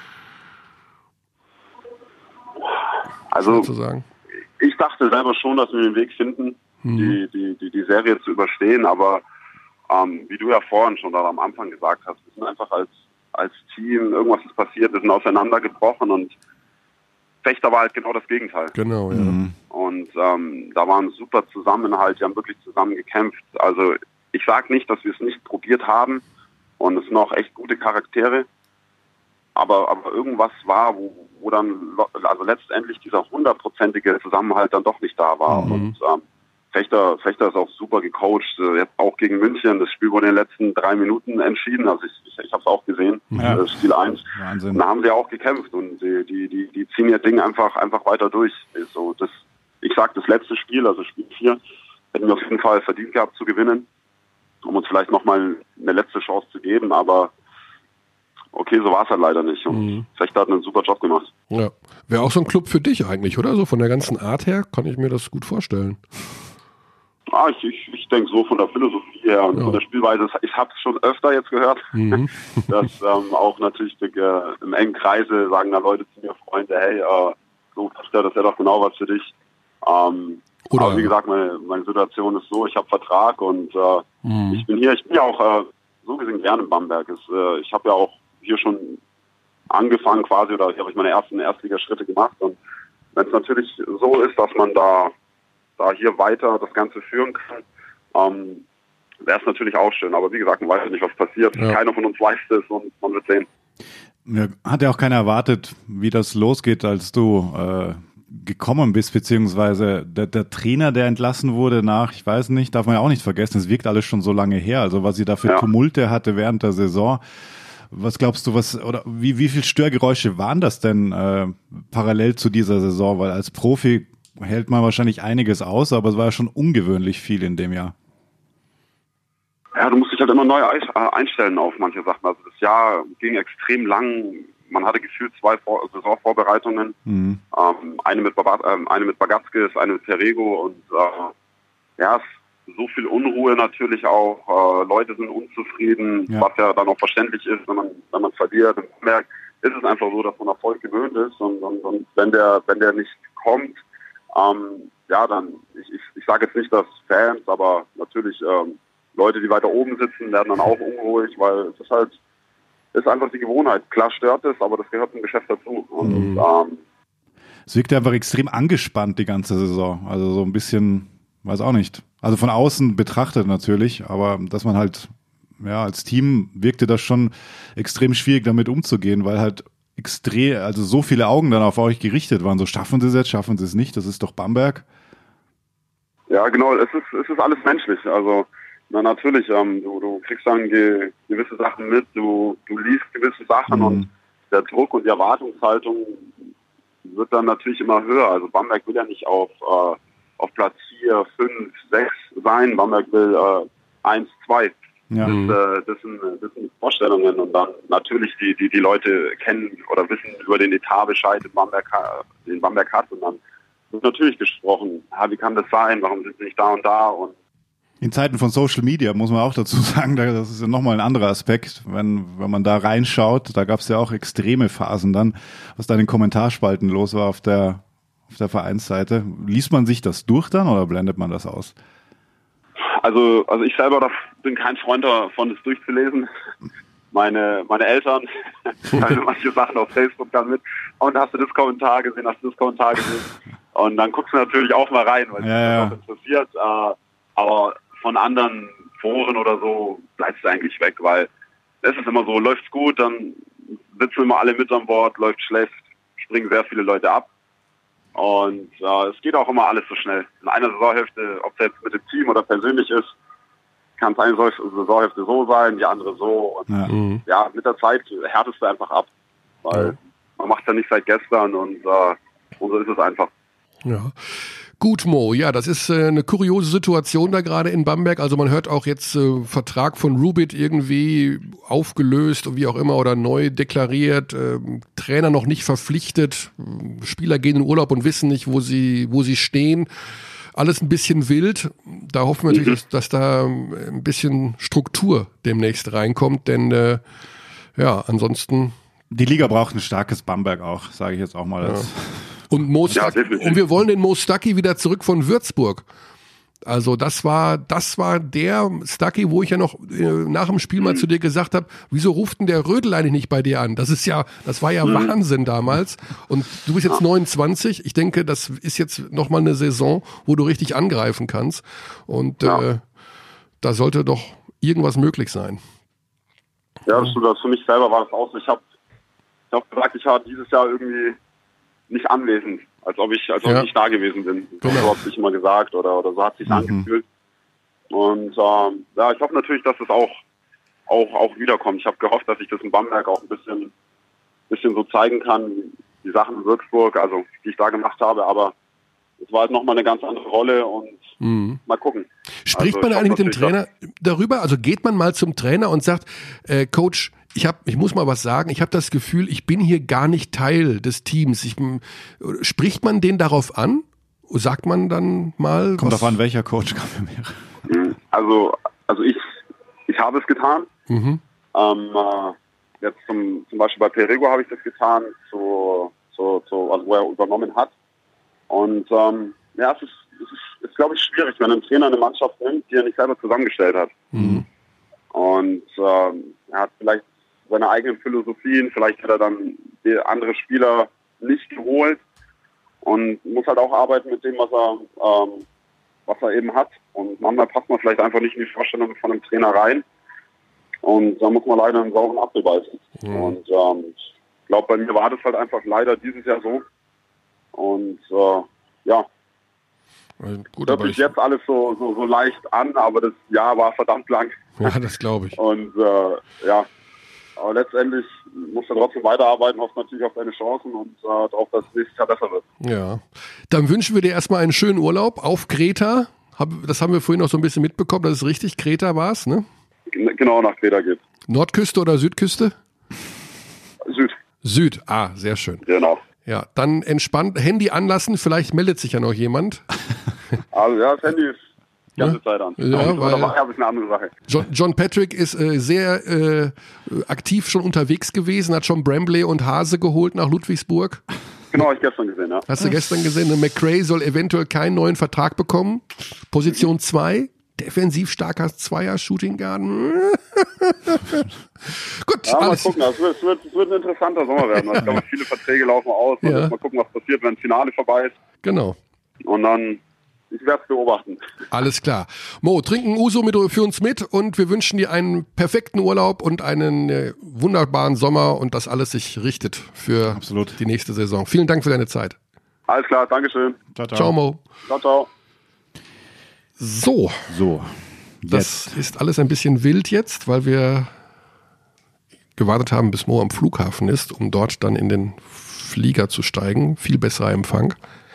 Also ich dachte selber schon, dass wir den Weg finden, die Serie zu überstehen, aber wie du ja vorhin schon am Anfang gesagt hast, wir sind einfach als Team, irgendwas ist passiert, wir sind auseinandergebrochen und Vechta war halt genau das Gegenteil. Genau, ja. Und da war ein super Zusammenhalt, wir haben wirklich zusammen gekämpft. Also ich sage nicht, dass wir es nicht probiert haben und es sind auch echt gute Charaktere, aber irgendwas war, wo dann letztendlich dieser 100%ige Zusammenhalt dann doch nicht da war. Und Vechta ist auch super gecoacht, jetzt auch gegen München. Das Spiel wurde in den letzten 3 Minuten entschieden, also ich habe es auch gesehen, das Spiel 1. Wahnsinn. Und da haben sie auch gekämpft und die ziehen ihr Ding einfach weiter durch. So, ich sag, das letzte Spiel, also Spiel 4, hätten wir auf jeden Fall verdient gehabt zu gewinnen, um uns vielleicht nochmal eine letzte Chance zu geben, aber okay, so war es halt leider nicht. Und Vechta hat einen super Job gemacht. Ja, wäre auch so ein Club für dich eigentlich, oder? So von der ganzen Art her kann ich mir das gut vorstellen. Ich denke so von der Philosophie her und von der Spielweise. Ich habe es schon öfter jetzt gehört, dass auch natürlich im engen Kreise sagen da Leute zu mir, Freunde, hey, so das wäre doch genau was für dich. Aber wie gesagt, meine Situation ist so, ich habe Vertrag und ich bin hier. Ich bin ja auch so gesehen gerne in Bamberg. Ich habe ja auch hier schon angefangen quasi, oder habe ich meine ersten Erstligaschritte gemacht. Und wenn es natürlich so ist, dass man da hier weiter das Ganze führen kann, wäre es natürlich auch schön. Aber wie gesagt, man weiß ja nicht, was passiert. Ja. Keiner von uns weiß das und man wird sehen. Ja, hat ja auch keiner erwartet, wie das losgeht, als du gekommen bist, beziehungsweise der Trainer, der entlassen wurde nach, ich weiß nicht, darf man ja auch nicht vergessen, es wirkt alles schon so lange her, also was sie da für Tumulte hatte während der Saison. Was glaubst du, wie viel Störgeräusche waren das denn parallel zu dieser Saison? Weil als Profi hält man wahrscheinlich einiges aus, aber es war ja schon ungewöhnlich viel in dem Jahr. Ja, du musst dich halt immer neu einstellen auf manche Sachen. Also das Jahr ging extrem lang. Man hatte gefühlt 2 Saisonvorbereitungen. Eine mit Bagatzkis, eine mit Perego und es so viel Unruhe natürlich auch. Leute sind unzufrieden, was ja dann auch verständlich ist, wenn man verliert. Und merkt, ist es einfach so, dass man Erfolg gewöhnt ist und wenn der nicht kommt, dann, ich sage jetzt nicht, dass Fans, aber natürlich Leute, die weiter oben sitzen, werden dann auch unruhig, weil es ist einfach die Gewohnheit. Klar stört es, aber das gehört zum Geschäft dazu. Und, es wirkt einfach extrem angespannt die ganze Saison. Also so ein bisschen, weiß auch nicht. Also von außen betrachtet natürlich, aber dass man halt, als Team wirkte das schon extrem schwierig damit umzugehen, weil halt also so viele Augen dann auf euch gerichtet waren. So, schaffen sie es jetzt, schaffen sie es nicht, das ist doch Bamberg. Ja, genau, es ist alles menschlich. Also, natürlich, du kriegst dann gewisse Sachen mit, du liest gewisse Sachen und der Druck und die Erwartungshaltung wird dann natürlich immer höher. Also Bamberg will ja nicht auf Platz 4, 5, 6 sein. Bamberg will 1, 2. Ja. Das sind Vorstellungen und dann natürlich die Leute kennen oder wissen über den Etat Bescheid, den Bamberg hat und dann wird natürlich gesprochen, wie kann das sein, warum sind sie nicht da und da und in Zeiten von Social Media muss man auch dazu sagen, das ist ja nochmal ein anderer Aspekt, wenn man da reinschaut, da gab es ja auch extreme Phasen dann, was da in den Kommentarspalten los war auf der Vereinsseite. Liest man sich das durch dann oder blendet man das aus? Also ich selber bin kein Freund davon, das durchzulesen. Meine Eltern teilen manche Sachen auf Facebook dann mit. Und hast du das Kommentar gesehen? Und dann guckst du natürlich auch mal rein, weil dich das auch interessiert. Aber von anderen Foren oder so bleibst du eigentlich weg, weil es ist immer so, läuft's gut, dann sitzen immer alle mit an Bord, läuft schlecht, springen sehr viele Leute ab. Und es geht auch immer alles so schnell. In einer Saisonhälfte, ob es jetzt mit dem Team oder persönlich ist, kann es eine Saisonhälfte so sein, die andere so. Und mit der Zeit härtest du einfach ab, weil man macht es ja nicht seit gestern und so ist es einfach. Ja. Gut, Mo, ja, das ist eine kuriose Situation da gerade in Bamberg. Also man hört auch jetzt Vertrag von Rubit irgendwie aufgelöst und wie auch immer oder neu deklariert, Trainer noch nicht verpflichtet, Spieler gehen in Urlaub und wissen nicht, wo sie stehen. Alles ein bisschen wild. Da hoffen wir natürlich, dass da ein bisschen Struktur demnächst reinkommt, denn ansonsten... Die Liga braucht ein starkes Bamberg auch, sage ich jetzt auch mal als... Und wir wollen den Mo Stuckey wieder zurück von Würzburg. Also das war der Stuckey, wo ich ja noch nach dem Spiel mal zu dir gesagt habe, wieso ruft denn der Rödel eigentlich nicht bei dir an? Das war ja Wahnsinn damals. Und du bist jetzt 29. Ich denke, das ist jetzt nochmal eine Saison, wo du richtig angreifen kannst. Und da sollte doch irgendwas möglich sein. Ja, das für mich selber war das auch so. Ich hab gesagt, ich war dieses Jahr irgendwie nicht anwesend, als ob ich nicht da gewesen bin. Genau. So habe ich immer gesagt oder so hat es sich angefühlt. Und ich hoffe natürlich, dass es auch wiederkommt. Ich habe gehofft, dass ich das in Bamberg auch ein bisschen so zeigen kann, die Sachen in Würzburg, also die ich da gemacht habe, aber es war halt nochmal eine ganz andere Rolle und mal gucken. Spricht man eigentlich mit dem Trainer darüber? Also geht man mal zum Trainer und sagt, Coach, ich muss mal was sagen, ich habe das Gefühl, ich bin hier gar nicht Teil des Teams. Spricht man den darauf an? Sagt man dann mal? Kommt drauf an, welcher Coach kann für mich. Also ich habe es getan. Jetzt zum Beispiel bei Perego habe ich das getan, also wo er übernommen hat. Und es ist glaube ich, schwierig, wenn ein Trainer eine Mannschaft nimmt, die er nicht selber zusammengestellt hat. Und er hat vielleicht seine eigenen Philosophien, vielleicht hat er dann die andere Spieler nicht geholt und muss halt auch arbeiten mit dem, was er eben hat. Und manchmal passt man vielleicht einfach nicht in die Vorstellung von einem Trainer rein. Und da muss man leider einen sauren Apfel beißen. Und ich glaube, bei mir war das halt einfach leider dieses Jahr so. Und gut, hört sich jetzt alles so leicht an, aber das Jahr war verdammt lang. Ja, das glaube ich. Und aber letztendlich musst du trotzdem weiterarbeiten, hoffst natürlich auf deine Chancen und darauf, dass es nächstes Jahr besser wird. Ja, dann wünschen wir dir erstmal einen schönen Urlaub auf Kreta. Das haben wir vorhin noch so ein bisschen mitbekommen, das ist richtig, Kreta war es, ne? Genau, nach Kreta geht's. Nordküste oder Südküste? Süd, sehr schön. Genau. Ja, dann entspannt, Handy anlassen, vielleicht meldet sich ja noch jemand. Also ja, das Handy ist die ganze Zeit an. Ja, weil das ist eine andere Sache. John Patrick ist sehr aktiv schon unterwegs gewesen, hat schon Brambley und Hase geholt nach Ludwigsburg. Genau, habe ich gestern gesehen, ja. Hast du gestern gesehen, McRae soll eventuell keinen neuen Vertrag bekommen. Position 2, defensiv starker Zweier, Shooting Guard. Gut, ja, mal alles. gucken, es wird ein interessanter Sommer werden. Ich glaube, viele Verträge laufen aus. Ja. Mal gucken, was passiert, wenn das Finale vorbei ist. Genau. Und dann, ich werde es beobachten. Alles klar. Mo, trinken Uso für uns mit und wir wünschen dir einen perfekten Urlaub und einen wunderbaren Sommer und dass alles sich richtet für Absolut. die nächste Saison. Vielen Dank für deine Zeit. Alles klar, Dankeschön. Ciao, ciao. Ciao, Mo. Ciao, ciao. So, So, das jetzt. ist alles ein bisschen wild jetzt, weil wir gewartet haben, bis Mo am Flughafen ist, um dort dann in den Flieger zu steigen. Viel besserer Empfang.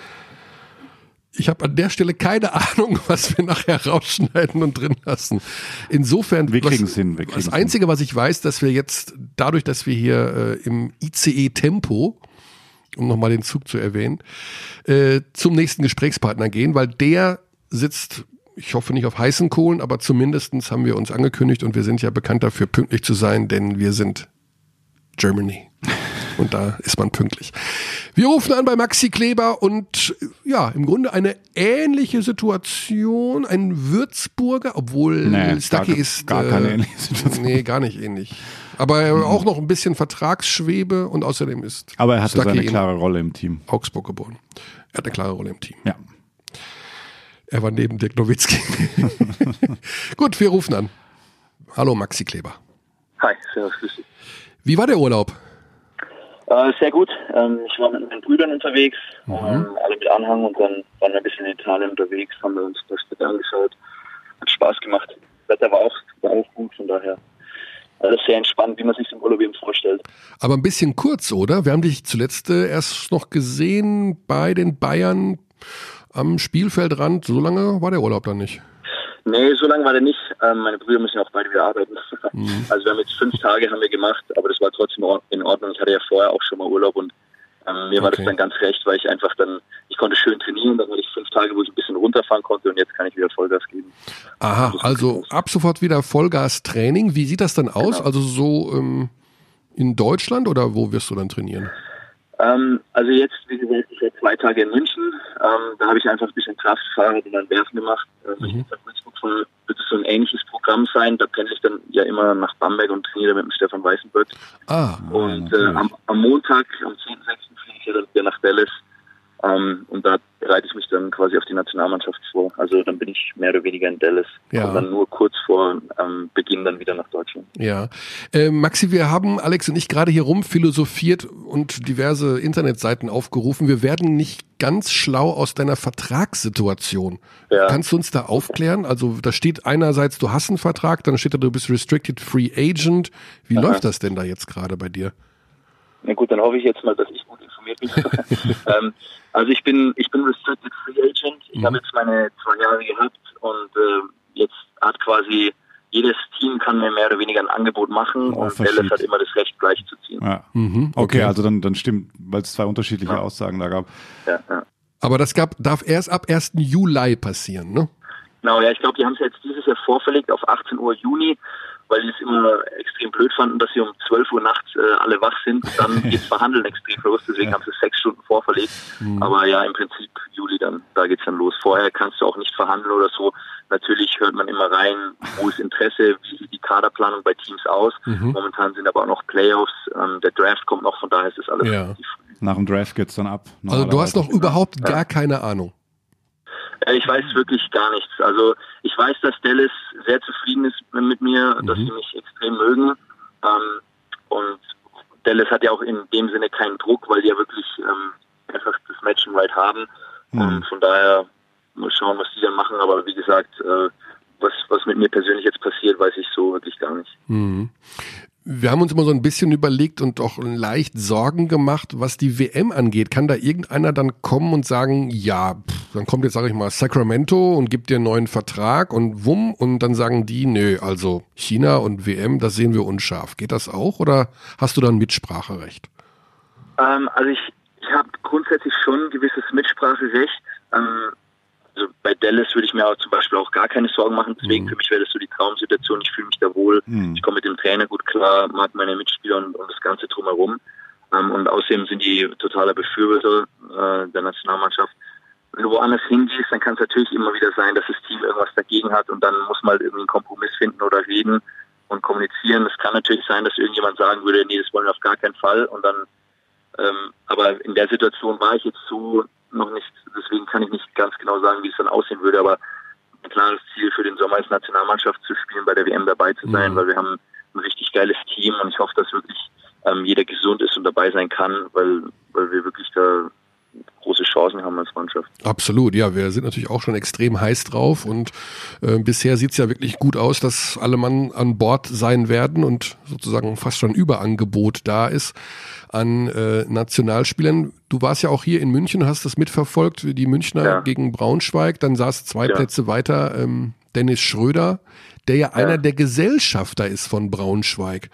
Ich habe an der Stelle keine Ahnung, was wir nachher rausschneiden und drin lassen. Insofern, Wir kriegen's hin, wir kriegen's das Einzige, was ich weiß, dass wir jetzt, dadurch, dass wir hier im ICE-Tempo, um nochmal den Zug zu erwähnen, zum nächsten Gesprächspartner gehen, weil der sitzt, ich hoffe nicht auf heißen Kohlen, aber zumindestens haben wir uns angekündigt und wir sind ja bekannt dafür, pünktlich zu sein, denn wir sind Germany. Und da ist man pünktlich. Wir rufen an bei Maxi Kleber und ja, im Grunde eine ähnliche Situation. Ein Würzburger, obwohl Stucky ist... Gar keine ähnliche Situation. Nee, gar nicht ähnlich. Aber auch noch ein bisschen Vertragsschwebe und außerdem ist Aber er hatte Stucky seine in klare Rolle im Team. Augsburg geboren. Er hat eine klare Rolle im Team. Ja. Er war neben Dirk Nowitzki. Gut, wir rufen an. Hallo Maxi Kleber. Hi, servus, grüß dich. Wie war der Urlaub? Sehr gut. Ich war mit meinen Brüdern unterwegs, alle mit Anhang und dann waren wir ein bisschen in Italien unterwegs, haben wir uns das Wetter angeschaut. Hat Spaß gemacht. Das Wetter war auch gut, von daher alles sehr entspannt, wie man sich im Urlaub eben vorstellt. Aber ein bisschen kurz, oder? Wir haben dich zuletzt erst noch gesehen bei den Bayern am Spielfeldrand. So lange war der Urlaub dann nicht. Nee, so lange war der nicht. Meine Brüder müssen ja auch beide wieder arbeiten. Also wir haben jetzt 5 Tage haben wir gemacht, aber das war trotzdem in Ordnung. Ich hatte ja vorher auch schon mal Urlaub und mir war das dann ganz recht, weil ich einfach ich konnte schön trainieren, dann hatte ich 5 Tage, wo ich ein bisschen runterfahren konnte und jetzt kann ich wieder Vollgas geben. Aha, also ab sofort wieder Vollgas-Training. Wie sieht das dann aus? Genau. Also so in Deutschland oder wo wirst du dann trainieren? Also jetzt, wie gesagt, ich war 2 Tage in München. Da habe ich einfach ein bisschen Kraftfahrrad und dann Werfen gemacht. Wenn ich jetzt nach Würzburg fahre, wird es so ein ähnliches Programm sein. Da pendle ich dann ja immer nach Bamberg und trainiere mit dem Stefan Weißenberg. Und am Montag, am 10.6. fliege ich ja dann wieder nach Dallas. Und da bereite ich mich dann quasi auf die Nationalmannschaft vor. Also dann bin ich mehr oder weniger in Dallas. Ja. Und dann nur kurz vor Beginn dann wieder nach Deutschland. Ja. Maxi, wir haben, Alex und ich, gerade hier rum philosophiert und diverse Internetseiten aufgerufen. Wir werden nicht ganz schlau aus deiner Vertragssituation. Ja. Kannst du uns da aufklären? Also da steht einerseits, du hast einen Vertrag, dann steht da, du bist Restricted Free Agent. Wie läuft das denn da jetzt gerade bei dir? Na gut, dann hoffe ich jetzt mal, dass ich gut informiert bin. Also ich bin Restricted Free Agent. Ich habe jetzt meine 2 Jahre gehabt und jetzt hat quasi jedes Team kann mir mehr oder weniger ein Angebot machen und Dallas hat immer das Recht, gleich zu ziehen. Ja. Okay, also dann stimmt, weil es 2 unterschiedliche Aussagen da gab. Ja. Aber das darf erst ab 1. Juli passieren, ne? Genau, ja, ich glaube, die haben es jetzt dieses Jahr vorverlegt auf 18 Uhr Juni, weil die es immer extrem blöd fanden, dass sie um 12 Uhr nachts alle wach sind. Dann geht's Verhandeln extrem los, deswegen haben sie es 6 Stunden vorverlegt. Aber ja, im Prinzip Juli da geht's dann los. Vorher kannst du auch nicht verhandeln oder so. Natürlich hört man immer rein, wo ist Interesse, wie sieht die Kaderplanung bei Teams aus. Momentan sind aber auch noch Playoffs, der Draft kommt noch, von daher ist das alles relativ früh. Nach dem Draft geht's dann ab. Also du hast noch überhaupt gar keine Ahnung. Ich weiß wirklich gar nichts. Also ich weiß, dass Dallas sehr zufrieden ist mit mir, dass sie mich extrem mögen. Und Dallas hat ja auch in dem Sinne keinen Druck, weil die ja wirklich einfach das Match right haben. Von daher mal schauen, was die dann machen. Aber wie gesagt, was mit mir persönlich jetzt passiert, weiß ich so wirklich gar nicht. Wir haben uns immer so ein bisschen überlegt und auch leicht Sorgen gemacht, was die WM angeht. Kann da irgendeiner dann kommen und sagen, ja, dann kommt jetzt, sage ich mal, Sacramento und gibt dir einen neuen Vertrag und wumm, und dann sagen die, nö, also China und WM, das sehen wir unscharf. Geht das auch oder hast du dann Mitspracherecht? Also ich habe grundsätzlich schon ein gewisses Mitspracherecht. Also bei Dallas würde ich mir auch zum Beispiel auch gar keine Sorgen machen. Deswegen für mich wäre das so die Traumsituation. Ich fühle mich da wohl. Ich komme mit dem Trainer gut klar, mag meine Mitspieler und das Ganze drumherum. Und außerdem sind die totaler Befürworter der Nationalmannschaft. Wenn du woanders hingehst, dann kann es natürlich immer wieder sein, dass das Team irgendwas dagegen hat und dann muss man halt irgendwie einen Kompromiss finden oder reden und kommunizieren. Es kann natürlich sein, dass irgendjemand sagen würde, nee, das wollen wir auf gar keinen Fall. Und dann, aber in der Situation war ich jetzt so noch nicht, deswegen kann ich nicht ganz genau sagen, wie es dann aussehen würde. Aber ein klares Ziel für den Sommer ist, Nationalmannschaft zu spielen, bei der WM dabei zu sein, weil wir haben ein richtig geiles Team und ich hoffe, dass wirklich jeder gesund ist und dabei sein kann, weil wir wirklich da große Chancen haben als Mannschaft. Absolut, ja, wir sind natürlich auch schon extrem heiß drauf und bisher sieht es ja wirklich gut aus, dass alle Mann an Bord sein werden und sozusagen fast schon Überangebot da ist an Nationalspielern. Du warst ja auch hier in München, hast das mitverfolgt, die Münchner gegen Braunschweig, dann saß 2 Plätze weiter Dennis Schröder, der ja einer der Gesellschafter ist von Braunschweig.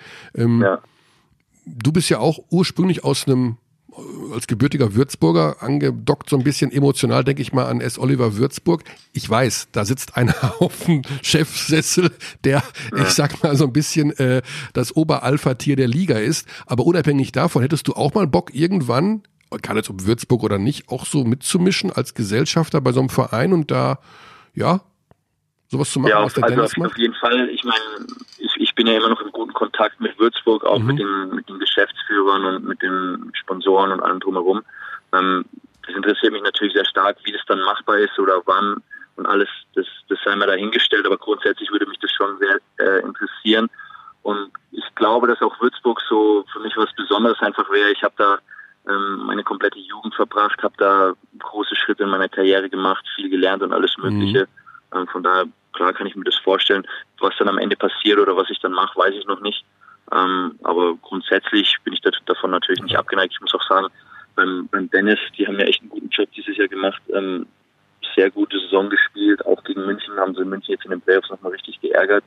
Du bist ja auch ursprünglich als gebürtiger Würzburger angedockt, so ein bisschen emotional, denke ich mal, an S. Oliver Würzburg. Ich weiß, da sitzt einer auf dem Chefsessel, der, ich sag mal, so ein bisschen das Oberalpha-Tier der Liga ist. Aber unabhängig davon, hättest du auch mal Bock, irgendwann, kann jetzt ob Würzburg oder nicht, auch so mitzumischen als Gesellschafter bei so einem Verein und da, sowas zu machen, was der Dennis macht? Auf jeden Fall. Ich meine, ich bin ja immer noch im guten Kontakt mit Würzburg, auch mit den Geschäftsführern und mit den Sponsoren und allem drumherum. Das interessiert mich natürlich sehr stark, wie das dann machbar ist oder wann und alles, das sei mir dahingestellt, aber grundsätzlich würde mich das schon sehr interessieren. Und ich glaube, dass auch Würzburg so für mich was Besonderes einfach wäre. Ich habe da meine komplette Jugend verbracht, habe da große Schritte in meiner Karriere gemacht, viel gelernt und alles Mögliche. Von daher, klar kann ich mir das vorstellen. Was dann am Ende passiert oder was ich dann mache, weiß ich noch nicht. Aber grundsätzlich bin ich davon natürlich nicht abgeneigt. Ich muss auch sagen, beim Dennis, die haben ja echt einen guten Job dieses Jahr gemacht. Sehr gute Saison gespielt. Auch gegen München haben sie München jetzt in den Playoffs nochmal richtig geärgert.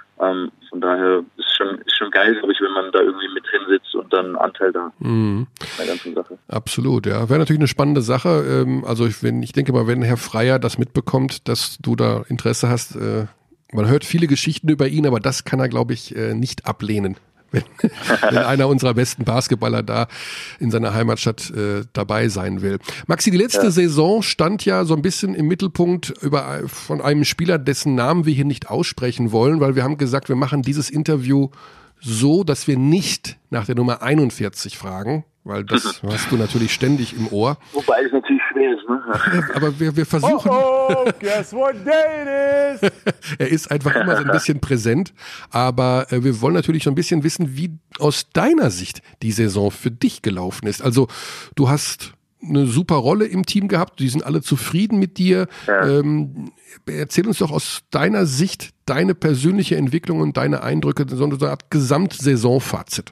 Von daher ist schon geil, glaube ich, wenn man da irgendwie mit drin sitzt und dann Anteil da bei der ganzen Sache. Absolut, ja. Wäre natürlich eine spannende Sache. Also ich denke mal, wenn Herr Freier das mitbekommt, dass du da Interesse hast, man hört viele Geschichten über ihn, aber das kann er, glaube ich, nicht ablehnen. Wenn einer unserer besten Basketballer da in seiner Heimatstadt dabei sein will. Maxi, die letzte Saison stand ja so ein bisschen im Mittelpunkt von einem Spieler, dessen Namen wir hier nicht aussprechen wollen, weil wir haben gesagt, wir machen dieses Interview so, dass wir nicht nach der Nummer 41 fragen, weil das hast du natürlich ständig im Ohr. Wobei es natürlich schwer ist, ne? Aber wir versuchen. Guess what day it is? Er ist einfach immer so ein bisschen präsent. Aber wir wollen natürlich so ein bisschen wissen, wie aus deiner Sicht die Saison für dich gelaufen ist. Also du hast eine super Rolle im Team gehabt. Die sind alle zufrieden mit dir. Ja. Erzähl uns doch aus deiner Sicht deine persönliche Entwicklung und deine Eindrücke, so eine Art Gesamtsaisonfazit.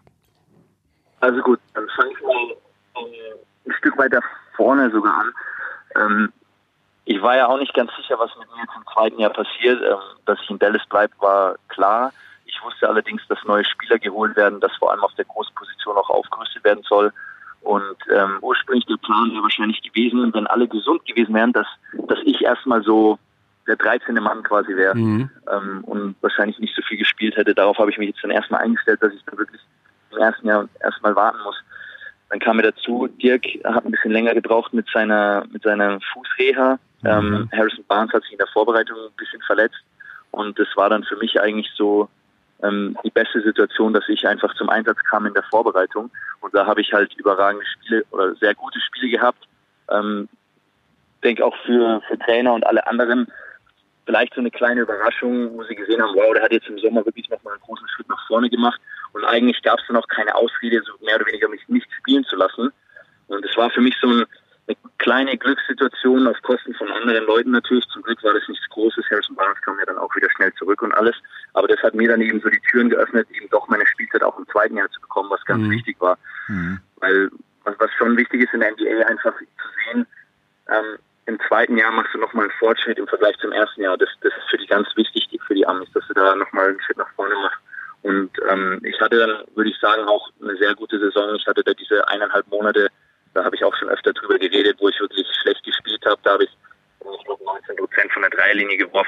Also gut, dann fange ich mal ein Stück weiter vorne sogar an. Ich war ja auch nicht ganz sicher, was mit mir jetzt im zweiten Jahr passiert. Dass ich in Dallas bleibe, war klar. Ich wusste allerdings, dass neue Spieler geholt werden, dass vor allem auf der Großposition auch aufgerüstet werden soll. Und ursprünglich der Plan wäre wahrscheinlich gewesen, wenn alle gesund gewesen wären, dass ich erstmal so der 13. Mann quasi wäre und wahrscheinlich nicht so viel gespielt hätte. Darauf habe ich mich jetzt dann erstmal eingestellt, dass ich dann wirklich im ersten Jahr erstmal warten muss. Dann kam mir dazu, Dirk hat ein bisschen länger gebraucht mit seiner Fußreha. Harrison Barnes hat sich in der Vorbereitung ein bisschen verletzt und das war dann für mich eigentlich so die beste Situation, dass ich einfach zum Einsatz kam in der Vorbereitung und da habe ich halt überragende Spiele oder sehr gute Spiele gehabt. Denke auch für Trainer und alle anderen vielleicht so eine kleine Überraschung, wo sie gesehen haben, wow, der hat jetzt im Sommer wirklich nochmal einen großen Schritt nach vorne gemacht und eigentlich gab es dann auch keine Ausrede, so mehr oder weniger mich nicht spielen zu lassen und es war für mich so eine kleine Glückssituation auf Kosten von anderen Leuten natürlich. Zum Glück war das nichts Großes. Harrison Barnes kam ja dann auch wieder schnell zurück und alles. Aber das hat mir dann eben so die Türen geöffnet, eben doch meine Spielzeit auch im zweiten Jahr zu bekommen, was ganz wichtig war. Weil was schon wichtig ist in der NBA einfach zu sehen, im zweiten Jahr machst du nochmal einen Fortschritt im Vergleich zum ersten Jahr. Das ist für die ganz wichtig, für die Amis, dass du da nochmal einen Schritt nach vorne machst. Und ich hatte dann, würde ich sagen, auch eine sehr gute Saison. Ich hatte da diese 1,5 Monate, da habe ich auch schon öfter drüber geredet, wo ich wirklich schlecht gespielt habe. Da habe ich 19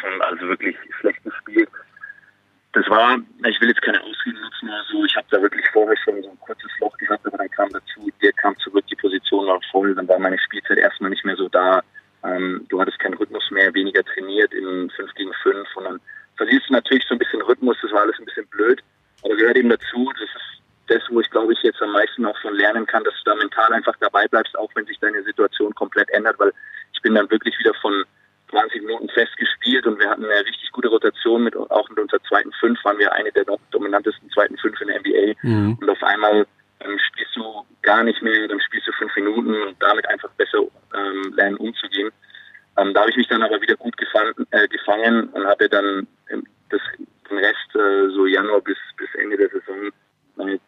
also wirklich schlecht gespielt. Das war, ich will jetzt keine Ausreden nutzen oder so, ich habe da wirklich vorher schon so ein kurzes Loch gehabt, aber dann kam dazu, der kam zurück, die Position war voll, dann war meine Spielzeit erstmal nicht mehr so da. Du hattest keinen Rhythmus mehr, weniger trainiert in 5 gegen 5 und dann verlierst du natürlich so ein bisschen Rhythmus, das war alles ein bisschen blöd, aber gehört eben dazu, das ist das, wo ich glaube ich jetzt am meisten auch von lernen kann, dass du da mental einfach dabei bleibst, auch wenn sich deine Situation komplett ändert, weil ich bin dann wirklich wieder von 20 Minuten fest gespielt und wir hatten eine richtig gute Rotation auch mit unserer zweiten 5 waren wir eine der dominantesten zweiten 5 in der NBA und auf einmal spielst du gar nicht mehr, dann spielst du 5 Minuten und damit einfach besser lernen umzugehen. Da habe ich mich dann aber wieder gut gefangen und hatte dann den Rest so Januar bis Ende der Saison meine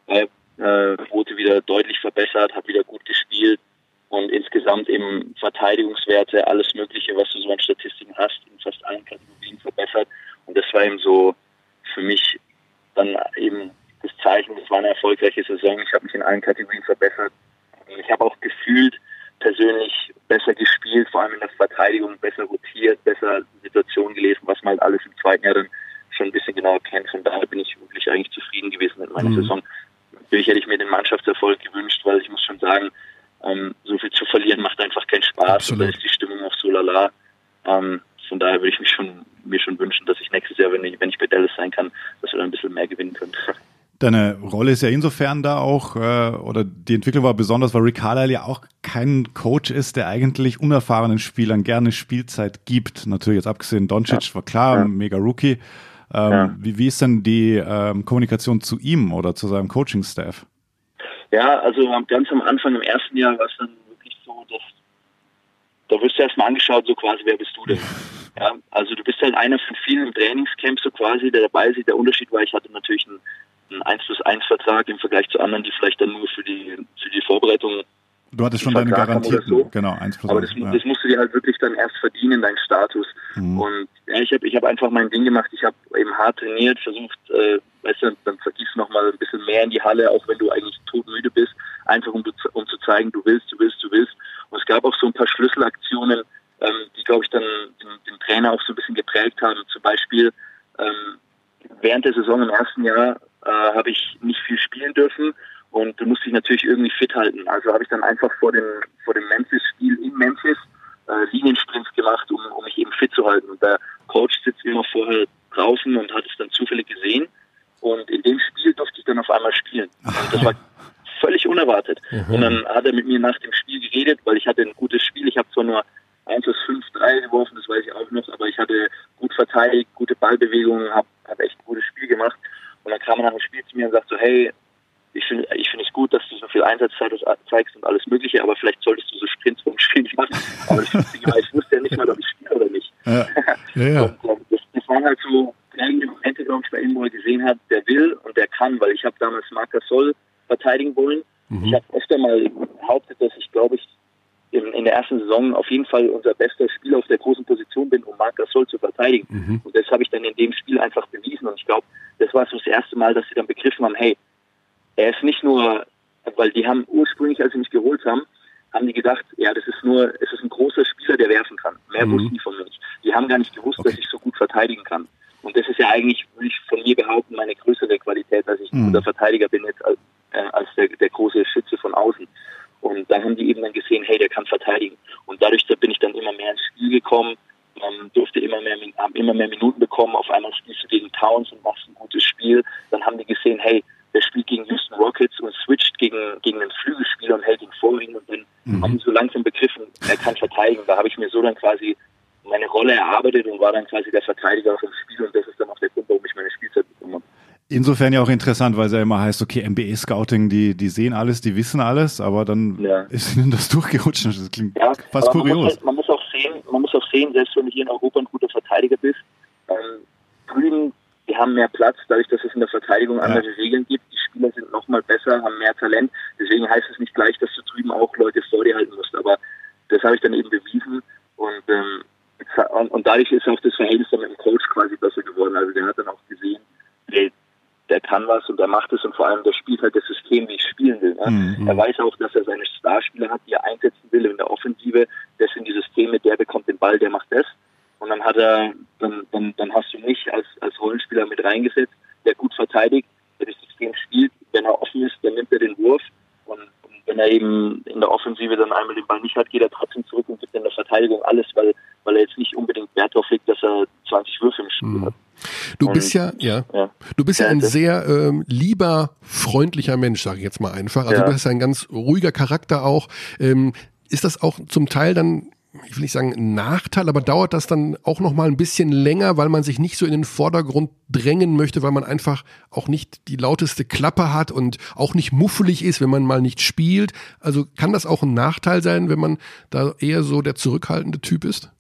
Quote wieder deutlich verbessert, habe wieder gut gespielt und insgesamt eben Verteidigungswerte, alles Mögliche, was du so an Statistiken hast, in fast allen Kategorien verbessert. Und das war eben so für mich dann eben das Zeichen, das war eine erfolgreiche Saison. Ich habe mich in allen Kategorien verbessert. Ich habe auch gefühlt persönlich besser gespielt, vor allem in der Verteidigung, besser rotiert, besser Situationen gelesen, was man halt alles im zweiten Jahr dann schon ein bisschen genauer kennt. Von daher bin ich wirklich eigentlich zufrieden gewesen mit meiner Saison. Natürlich hätte ich mir den Mannschaftserfolg gewünscht, weil ich muss schon sagen, so viel zu verlieren macht einfach keinen Spaß. Und da ist die Stimmung auch so lala. Von daher würde ich mir schon wünschen, dass ich nächstes Jahr, wenn ich bei Dallas sein kann, dass wir dann ein bisschen mehr gewinnen können. Deine Rolle ist ja insofern da auch, oder die Entwicklung war besonders, weil Rick Carlisle ja auch kein Coach ist, der eigentlich unerfahrenen Spielern gerne Spielzeit gibt. Natürlich jetzt abgesehen, Doncic war klar, mega Rookie. Wie ist denn die Kommunikation zu ihm oder zu seinem Coaching-Staff? Ja, also ganz am Anfang im ersten Jahr war es dann wirklich so, dass da wirst du erstmal angeschaut, so quasi, wer bist du denn? Ja, also du bist halt einer von vielen im Trainingscamp so quasi, der dabei ist. Der Unterschied war, ich hatte natürlich einen 1+1 Vertrag im Vergleich zu anderen, die vielleicht dann nur für die Vorbereitung. Du hattest schon deine Garantien, so. Genau, 1+1. Aber das musst du dir halt wirklich dann erst verdienen, deinen Status. Und ja, ich hab einfach mein Ding gemacht. Ich habe eben hart trainiert, versucht, weißt du, dann vergießt du nochmal ein bisschen mehr in die Halle, auch wenn du eigentlich todmüde bist, einfach um zu zeigen, du willst. Und es gab auch so ein paar Schlüsselaktionen, die, glaube ich, dann den Trainer auch so ein bisschen geprägt haben. Zum Beispiel während der Saison im ersten Jahr habe ich nicht viel spielen dürfen. Und du musst dich natürlich irgendwie fit halten. Also habe ich dann einfach vor dem Memphis-Spiel in Memphis Liniensprints gemacht, um mich eben fit zu halten. Und der Coach sitzt immer vorher draußen und hat es dann zufällig gesehen. Und in dem Spiel durfte ich dann auf einmal spielen. Und das war völlig unerwartet. Und dann hat er mit mir nach dem Spiel geredet, weil ich hatte ein gutes Spiel. Ich habe zwar nur 1+5-3 geworfen, das weiß ich auch noch, aber ich hatte gut verteidigt, gute Ballbewegungen, habe echt ein gutes Spiel gemacht. Und dann kam er nach dem Spiel zu mir und sagt so, hey, ich finde es gut, dass du so viel Einsatzzeit zeigst und alles Mögliche, aber vielleicht solltest du so Sprints vom Spiel nicht machen. Aber ich wusste ja nicht mal, ob ich spiele oder nicht. Ja. Und das waren halt so prägende Momente, glaube ich, bei ihm, wo er gesehen hat, der will und der kann, weil ich habe damals Marc Gasol verteidigen wollen. Ich habe öfter mal behauptet, dass ich, glaube ich, in der ersten Saison auf jeden Fall unser bester Spieler auf der großen Position bin, um Marc Gasol zu verteidigen. Und das habe ich dann in dem Spiel einfach bewiesen. Und ich glaube, das war so das erste Mal, dass sie dann begriffen haben, hey, er ist nicht nur, weil die haben ursprünglich, als sie mich geholt haben, haben die gedacht, ja, es ist ein großer Spieler, der werfen kann. Mehr wussten die von mir nicht. Die haben gar nicht gewusst, dass ich so gut verteidigen kann. Und das ist ja eigentlich, würde ich von mir behaupten, meine größere Qualität, dass ich ein guter Verteidiger bin jetzt als der große Schütze von außen. Und da haben die eben dann gesehen, hey, der kann verteidigen. Und dadurch bin ich dann immer mehr ins Spiel gekommen, durfte immer mehr Minuten bekommen. Auf einmal spielst du gegen Towns und machst ein gutes Spiel. Dann haben die gesehen, hey, der spielt gegen Houston Rockets und switcht gegen einen Flügelspieler und hält ihn vorhin. Und dann haben sie so langsam begriffen, er kann verteidigen. Da habe ich mir so dann quasi meine Rolle erarbeitet und war dann quasi der Verteidiger vom Spiel. Und das ist dann auch der Grund, warum ich meine Spielzeit bekommen habe. Insofern ja auch interessant, weil es ja immer heißt, okay, NBA-Scouting, die sehen alles, die wissen alles, aber dann ist ihnen das durchgerutscht. Das klingt fast kurios. Man muss auch sehen, selbst wenn du hier in Europa ein guter Verteidiger bist, drüben, die haben mehr Platz, dadurch, dass es in der Verteidigung andere Regeln gibt. Die Spieler sind nochmal besser, haben mehr Talent. Deswegen heißt es nicht gleich, dass du drüben auch Leute vor dir halten musst. Aber das habe ich dann eben bewiesen. Und dadurch ist auch das Verhältnis dann mit dem Coach quasi besser geworden. Also der hat dann auch gesehen, der kann was und er macht es und vor allem der spielt halt das System, wie ich spielen will. Ne? Er weiß auch, dass er seine Starspieler hat, die er einsetzen will in der Offensive. Das sind die Systeme, der bekommt den Ball, der macht das. Und dann hast du mich als Rollenspieler mit reingesetzt, der gut verteidigt, der das System spielt. Wenn er offen ist, dann nimmt er den Wurf. Und wenn er eben in der Offensive dann einmal den Ball nicht hat, geht er trotzdem zurück und gibt in der Verteidigung alles, weil er jetzt nicht unbedingt Wert darauf legt, dass er 20 Würfe im Spiel hat. Du bist ja ein sehr lieber, freundlicher Mensch, sage ich jetzt mal einfach. Also du hast ja ein ganz ruhiger Charakter auch. Ist das auch zum Teil dann, ich will nicht sagen ein Nachteil, aber dauert das dann auch noch mal ein bisschen länger, weil man sich nicht so in den Vordergrund drängen möchte, weil man einfach auch nicht die lauteste Klappe hat und auch nicht muffelig ist, wenn man mal nicht spielt. Also kann das auch ein Nachteil sein, wenn man da eher so der zurückhaltende Typ ist?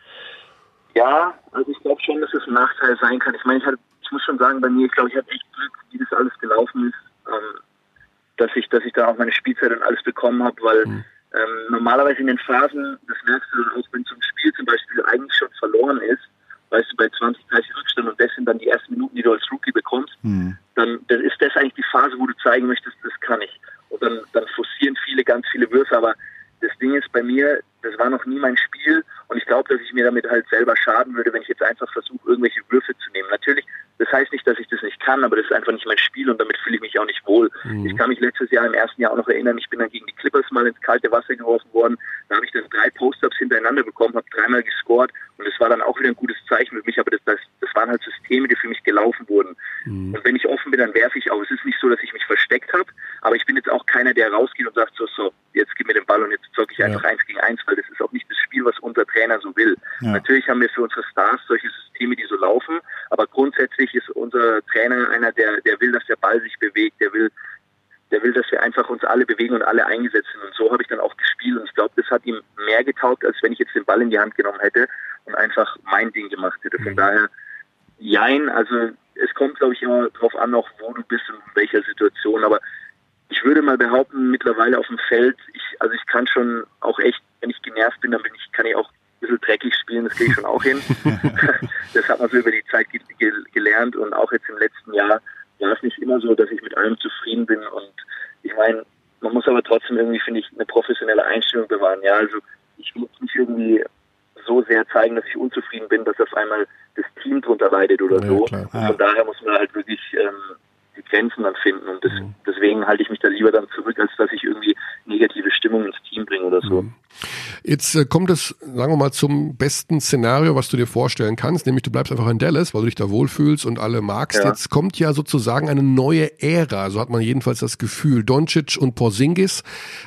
Ja, also ich glaube schon, dass es ein Nachteil sein kann. Ich meine, ich muss schon sagen, bei mir, ich glaube, ich hatte echt Glück, wie das alles gelaufen ist, dass ich da auch meine Spielzeit und alles bekommen habe, weil normalerweise in den Phasen, das merkst du dann auch, wenn so ein Spiel zum Beispiel eigentlich schon verloren ist, weißt du, bei 20, 30 Rückstand und das sind dann die ersten Minuten, die du als Rookie bekommst, dann ist das eigentlich die Phase, wo du zeigen möchtest, das kann ich. Und dann forcieren ganz viele Würfe, aber das Ding ist bei mir, das war noch nie mein Spiel und ich glaube, dass ich mir damit halt selber schaden würde, wenn ich jetzt einfach versuche, irgendwelche Würfe zu nehmen. Natürlich, das heißt nicht, dass ich das nicht kann, aber das ist einfach nicht mein Spiel und damit fühle ich mich auch nicht wohl. Ich kann mich letztes Jahr im ersten Jahr auch noch erinnern, ich bin dann gegen die Clippers mal ins kalte Wasser geworfen worden, da habe ich dann 3 Post-Ups hintereinander bekommen, habe 3-mal gescored und das war dann auch wieder ein gutes Zeichen für mich, aber das waren halt Systeme, die für mich gelaufen wurden. Und wenn ich offen bin, dann werfe ich auch. Es ist nicht so, dass ich mich versteckt habe, aber ich bin jetzt auch keiner, der rausgeht und sagt so, jetzt gib mir den Ball und jetzt zocke ich einfach 1 gegen 1, weil das ist auch nicht das Spiel, was unser Trainer so will. Ja. Natürlich haben wir für unsere Stars solche Systeme, die so laufen, aber grundsätzlich ist unser Trainer einer, der will, dass der Ball sich bewegt, der will, dass wir einfach uns alle bewegen und alle eingesetzt sind. Und so habe ich dann auch gespielt und ich glaube, das hat ihm mehr getaugt, als wenn ich jetzt den Ball in die Hand genommen hätte und einfach mein Ding gemacht hätte. Von daher, jein, also es kommt, glaube ich, immer drauf an, auch wo du bist und in welcher Situation, aber ich würde mal behaupten, mittlerweile auf dem Feld, ich kann schon auch echt, wenn ich genervt bin, dann kann ich auch ein bisschen dreckig spielen, das kriege ich schon auch hin. Das hat man so über die Zeit gelernt und auch jetzt im letzten Jahr war es nicht immer so, dass ich mit allem zufrieden bin und ich meine, man muss aber trotzdem irgendwie, finde ich, eine professionelle Einstellung bewahren. Ja, also ich will nicht irgendwie so sehr zeigen, dass ich unzufrieden bin, dass auf einmal das Team drunter leidet oder so. Klar. Von daher muss man halt wirklich die Grenzen dann finden und deswegen halte ich mich da lieber dann zurück, als dass ich irgendwie negative Stimmung ins Team bringe oder so. Jetzt kommt es, sagen wir mal, zum besten Szenario, was du dir vorstellen kannst, nämlich du bleibst einfach in Dallas, weil du dich da wohlfühlst und alle magst. Ja. Jetzt kommt ja sozusagen eine neue Ära, so hat man jedenfalls das Gefühl. Doncic und Porzingis,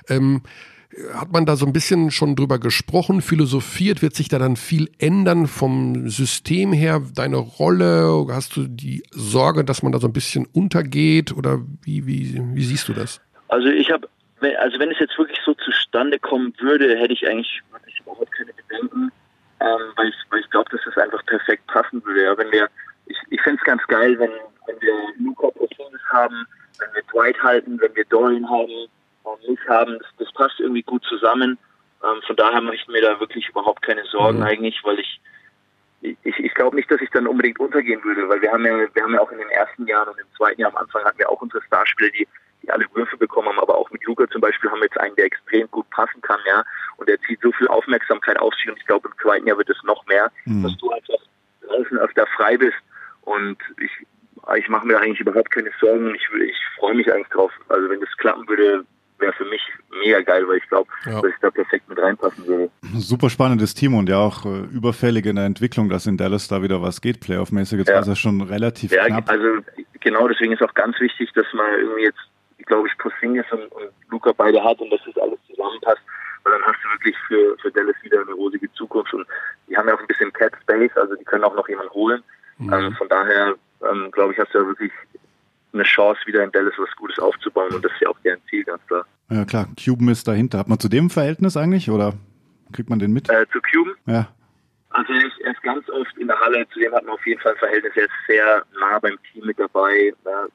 hat man da so ein bisschen schon drüber gesprochen, philosophiert, wird sich da dann viel ändern vom System her, deine Rolle, hast du die Sorge, dass man da so ein bisschen untergeht oder wie siehst du das? Also wenn es jetzt wirklich so zustande kommen würde, hätte ich eigentlich wirklich überhaupt keine Bedenken, weil ich glaube, dass das einfach perfekt passen würde. Ja, ich fände es ganz geil, wenn wir Luka Porzingis haben, wenn wir Dwight halten, wenn wir Dorian haben, nicht haben, das passt irgendwie gut zusammen. Von daher mache ich mir da wirklich überhaupt keine Sorgen eigentlich, weil ich glaube nicht, dass ich dann unbedingt untergehen würde, weil wir haben ja auch in den ersten Jahren und im zweiten Jahr am Anfang hatten wir auch unsere Starspieler, die alle Würfe bekommen haben, aber auch mit Luka zum Beispiel haben wir jetzt einen, der extrem gut passen kann, ja, und der zieht so viel Aufmerksamkeit auf sich und ich glaube im zweiten Jahr wird es noch mehr, dass du einfach draußen öfter frei bist und ich mache mir eigentlich überhaupt keine Sorgen, ich freue mich eigentlich drauf, also wenn das klappen würde, wäre für mich mega geil, weil ich glaube, dass ich da perfekt mit reinpassen würde. Super spannendes Team und ja auch überfällig in der Entwicklung, dass in Dallas da wieder was geht, Playoff-mäßig. Jetzt war es ja schon relativ knapp. Also genau, deswegen ist auch ganz wichtig, dass man irgendwie jetzt, glaube ich, Porzingis und Luka beide hat und dass das alles zusammenpasst, weil dann hast du wirklich für Dallas wieder eine rosige Zukunft und die haben ja auch ein bisschen Cap Space, also die können auch noch jemanden holen. Von daher, glaube ich, hast du ja wirklich eine Chance, wieder in Dallas was Gutes aufzubauen und das ist ja auch deren Ziel, ganz klar. Ja klar, Cuban ist dahinter. Hat man zu dem Verhältnis eigentlich oder kriegt man den mit? Zu Cuban? Ja. Also er ist ganz oft in der Halle, zu dem hat man auf jeden Fall ein Verhältnis, er ist sehr nah beim Team mit dabei, ja,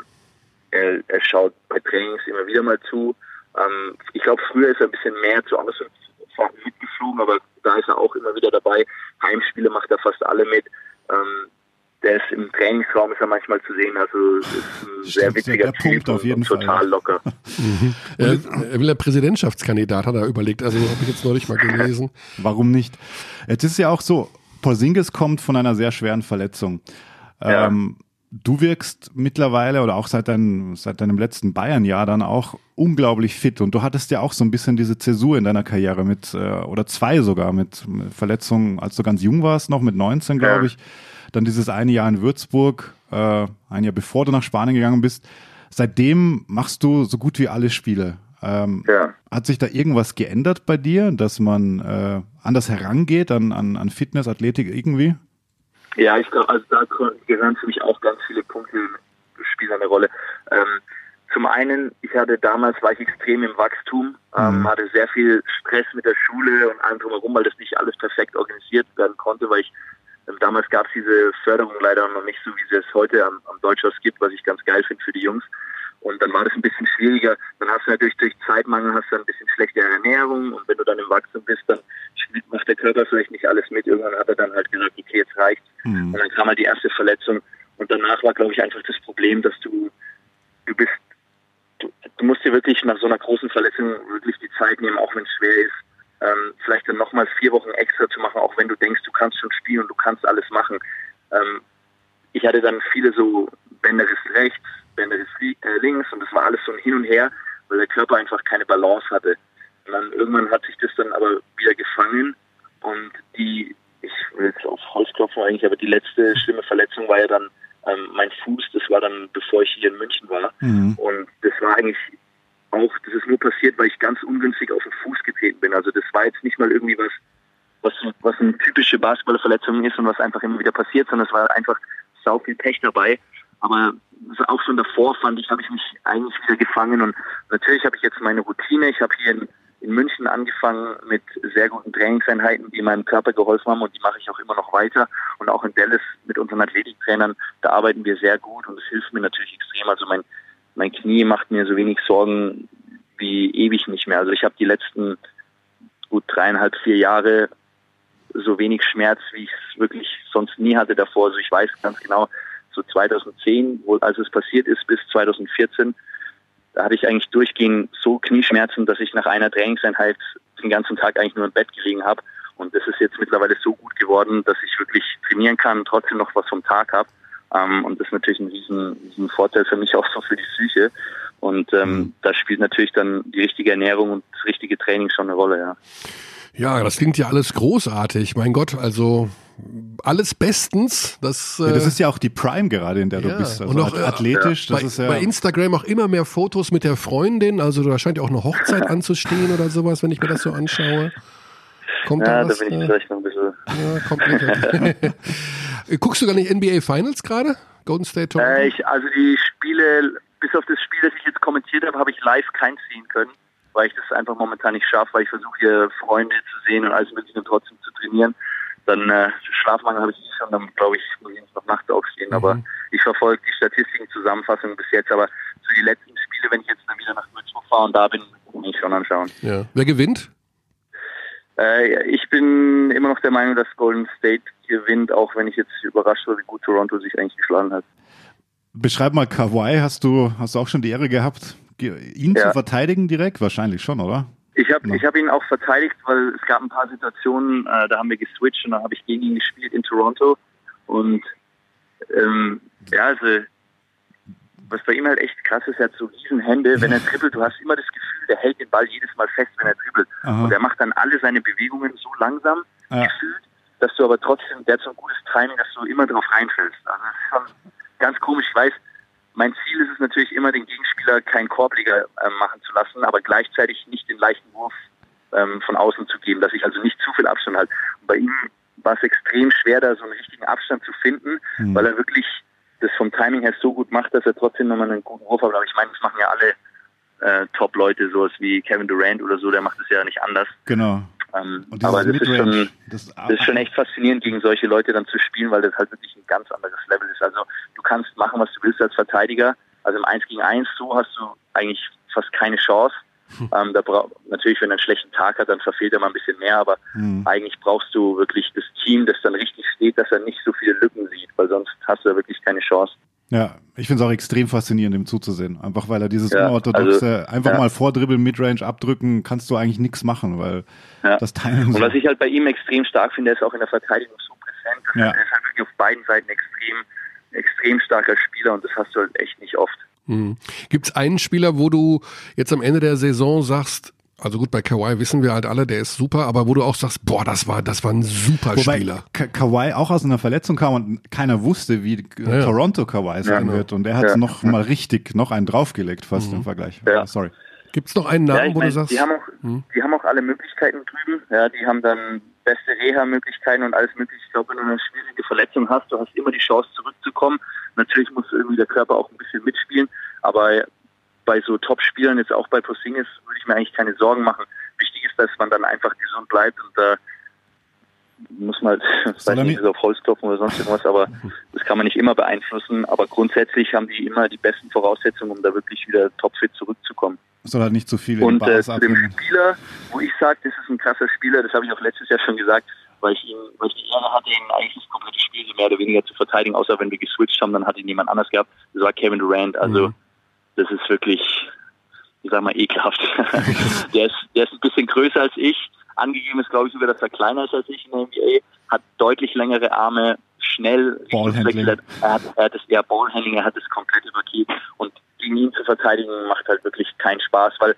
er schaut bei Trainings immer wieder mal zu. Ich glaube, früher ist er ein bisschen mehr zu Ausfahrten mitgeflogen, aber da ist er auch immer wieder dabei. Heimspiele macht er fast alle mit. Der ist im Trainingsraum, ist er manchmal zu sehen, also ist ein sehr witziger Typ auf jeden Fall, total locker. Er will der Präsidentschaftskandidat, hat er überlegt, also habe ich jetzt neulich mal gelesen. Warum nicht? Jetzt ist ja auch so, Porzingis kommt von einer sehr schweren Verletzung. Ja. Du wirkst mittlerweile oder auch seit deinem letzten Bayern-Jahr dann auch unglaublich fit und du hattest ja auch so ein bisschen diese Zäsur in deiner Karriere oder 2 sogar mit Verletzungen, als du ganz jung warst, noch mit 19, glaube ich. Dann dieses eine Jahr in Würzburg, ein Jahr bevor du nach Spanien gegangen bist. Seitdem machst du so gut wie alle Spiele. Hat sich da irgendwas geändert bei dir, dass man anders herangeht an Fitness, Athletik irgendwie? Ja, ich glaube, also da gehören für mich auch ganz viele Punkte, spielen eine Rolle. Zum einen, war ich extrem im Wachstum, hatte sehr viel Stress mit der Schule und allem drumherum, weil das nicht alles perfekt organisiert werden konnte, weil damals gab es diese Förderung leider noch nicht so, wie sie es heute am Deutschhaus gibt, was ich ganz geil finde für die Jungs. Und dann war das ein bisschen schwieriger. Dann hast du natürlich durch Zeitmangel ein bisschen schlechtere Ernährung und wenn du dann im Wachstum bist, dann macht der Körper vielleicht nicht alles mit. Irgendwann hat er dann halt gesagt, okay, jetzt reicht's. Und dann kam halt die erste Verletzung und danach war, glaube ich, einfach das Problem, dass du musst dir wirklich nach so einer großen Verletzung wirklich die Zeit nehmen, auch wenn es schwer ist. Vielleicht dann nochmal 4 Wochen extra zu machen, auch wenn du denkst, du kannst schon spielen und du kannst alles machen. Ich hatte dann viele so Bänderriss rechts, Bänderriss links und das war alles so ein Hin und Her, weil der Körper einfach keine Balance hatte. Und dann irgendwann hat sich das dann aber wieder gefangen und ich will jetzt auf Holz klopfen eigentlich, aber die letzte schlimme Verletzung war ja dann mein Fuß, das war dann, bevor ich hier in München war. Und das war eigentlich auch, das ist nur passiert, weil ich ganz ungünstig auf den Fuß getreten bin. Also das war jetzt nicht mal irgendwie was eine typische Basketballerverletzung ist und was einfach immer wieder passiert, sondern es war einfach sau viel Pech dabei. Aber auch schon davor habe ich mich eigentlich wieder gefangen und natürlich habe ich jetzt meine Routine. Ich habe hier in München angefangen mit sehr guten Trainingseinheiten, die meinem Körper geholfen haben und die mache ich auch immer noch weiter. Und auch in Dallas mit unseren Athletiktrainern, da arbeiten wir sehr gut und das hilft mir natürlich extrem. Also mein Knie macht mir so wenig Sorgen wie ewig nicht mehr. Also ich habe die letzten gut 3,5, 4 Jahre so wenig Schmerz, wie ich es wirklich sonst nie hatte davor. Also ich weiß ganz genau, so 2010, als es passiert ist, bis 2014, da hatte ich eigentlich durchgehend so Knieschmerzen, dass ich nach einer Trainingseinheit den ganzen Tag eigentlich nur im Bett gelegen habe. Und das ist jetzt mittlerweile so gut geworden, dass ich wirklich trainieren kann und trotzdem noch was vom Tag habe. Und das ist natürlich ein riesen Vorteil für mich auch so für die Psyche. Und da spielt natürlich dann die richtige Ernährung und das richtige Training schon eine Rolle, ja. Ja, das klingt ja alles großartig. Mein Gott, also alles bestens. Das ist ja auch die Prime gerade, in der du bist. Also und auch athletisch. Das ist bei Instagram auch immer mehr Fotos mit der Freundin. Also da scheint ja auch eine Hochzeit anzustehen oder sowas, wenn ich mir das so anschaue. Kommt da was? Da bin ich vielleicht noch ein bisschen... Ja, komplett. Guckst du gar nicht NBA Finals gerade? Golden State Toronto? Also die Spiele, bis auf das Spiel, das ich jetzt kommentiert habe ich live keins sehen können, weil ich das einfach momentan nicht schaffe, weil ich versuche hier Freunde zu sehen und alles mögliche und trotzdem zu trainieren. Dann Schlafmangel habe ich schon, dann glaube ich, muss ich noch nachts aufstehen. Aber ich verfolge die Statistiken, Zusammenfassungen bis jetzt. Aber so die letzten Spiele, wenn ich jetzt dann wieder nach Würzburg fahre und da bin, muss ich schon anschauen. Ja. Wer gewinnt? Ich bin immer noch der Meinung, dass Golden State gewinnt, auch wenn ich jetzt überrascht war, wie gut Toronto sich eigentlich geschlagen hat. Beschreib mal Kawhi, hast du auch schon die Ehre gehabt, ihn zu verteidigen direkt? Wahrscheinlich schon, oder? Ich hab ihn auch verteidigt, weil es gab ein paar Situationen, da haben wir geswitcht und dann habe ich gegen ihn gespielt in Toronto. Und also was bei ihm halt echt krass ist, er hat so riesen Hände, wenn er dribbelt, du hast immer das Gefühl, der hält den Ball jedes Mal fest, wenn er dribbelt. Aha. Und er macht dann alle seine Bewegungen so langsam gefühlt, dass du aber trotzdem, der hat so ein gutes Timing, dass du immer drauf reinfällst. Also das ist schon ganz komisch. Ich weiß, mein Ziel ist es natürlich immer, den Gegenspieler keinen Korbleger machen zu lassen, aber gleichzeitig nicht den leichten Wurf von außen zu geben, dass ich also nicht zu viel Abstand halte. Und bei ihm war es extrem schwer, da so einen richtigen Abstand zu finden, weil er wirklich das vom Timing her so gut macht, dass er trotzdem nochmal einen guten Wurf hat. Aber ich meine, das machen ja alle Top-Leute, sowas wie Kevin Durant oder so, der macht es ja nicht anders. Genau. Aber das ist schon echt faszinierend, gegen solche Leute dann zu spielen, weil das halt wirklich ein ganz anderes Level ist. Also du kannst machen, was du willst als Verteidiger. Also im 1 gegen 1 so hast du eigentlich fast keine Chance. Natürlich, wenn er einen schlechten Tag hat, dann verfehlt er mal ein bisschen mehr, aber eigentlich brauchst du wirklich das Team, das dann richtig steht, dass er nicht so viele Lücken sieht, weil sonst hast du ja wirklich keine Chance. Ja, ich finde es auch extrem faszinierend, ihm zuzusehen. Einfach weil er dieses unorthodoxe, mal vordribbeln, Midrange abdrücken, kannst du eigentlich nichts machen, weil das Timing Und was ich halt bei ihm extrem stark finde, er ist auch in der Verteidigung so präzise. Er ist halt wirklich auf beiden Seiten extrem starker Spieler und das hast du halt echt nicht oft. Gibt es einen Spieler, wo du jetzt am Ende der Saison sagst, also gut, bei Kawhi wissen wir halt alle, der ist super, aber wo du auch sagst, boah, das war ein super Spieler. Kawhi auch aus einer Verletzung kam und keiner wusste, wie Toronto Kawhi sein wird. Und er hat noch mal richtig noch einen draufgelegt fast im Vergleich. Ja. Sorry. Gibt es noch einen Namen, wo du sagst? Die haben auch alle Möglichkeiten drüben. Ja, die haben dann beste Reha-Möglichkeiten und alles mögliche. Ich glaube, wenn du eine schwierige Verletzung hast, du hast immer die Chance zurückzukommen. Natürlich muss irgendwie der Körper auch ein bisschen mitspielen, aber bei so Top-Spielern, jetzt auch bei Porzingis, würde ich mir eigentlich keine Sorgen machen. Wichtig ist, dass man dann einfach gesund bleibt und da muss man halt, nicht auf Holz klopfen oder sonst irgendwas, aber das kann man nicht immer beeinflussen. Aber grundsätzlich haben die immer die besten Voraussetzungen, um da wirklich wieder topfit zurückzukommen. Soll halt nicht zu viel und zu dem Spieler, wo ich sage, das ist ein krasser Spieler, das habe ich auch letztes Jahr schon gesagt, weil ich die Ehre hatte, ihn eigentlich das komplette Spiel mehr oder weniger zu verteidigen, außer wenn wir geswitcht haben, dann hat ihn jemand anders gehabt. Das war Kevin Durant, also das ist wirklich, ich sag mal, ekelhaft. der ist ein bisschen größer als ich. Angegeben ist, glaube ich, sogar, dass er kleiner ist als ich in der NBA. Hat deutlich längere Arme, schnell. Ballhandling. Er hat Ballhandling, er hat das komplette Paket. Und gegen ihn zu verteidigen macht halt wirklich keinen Spaß, weil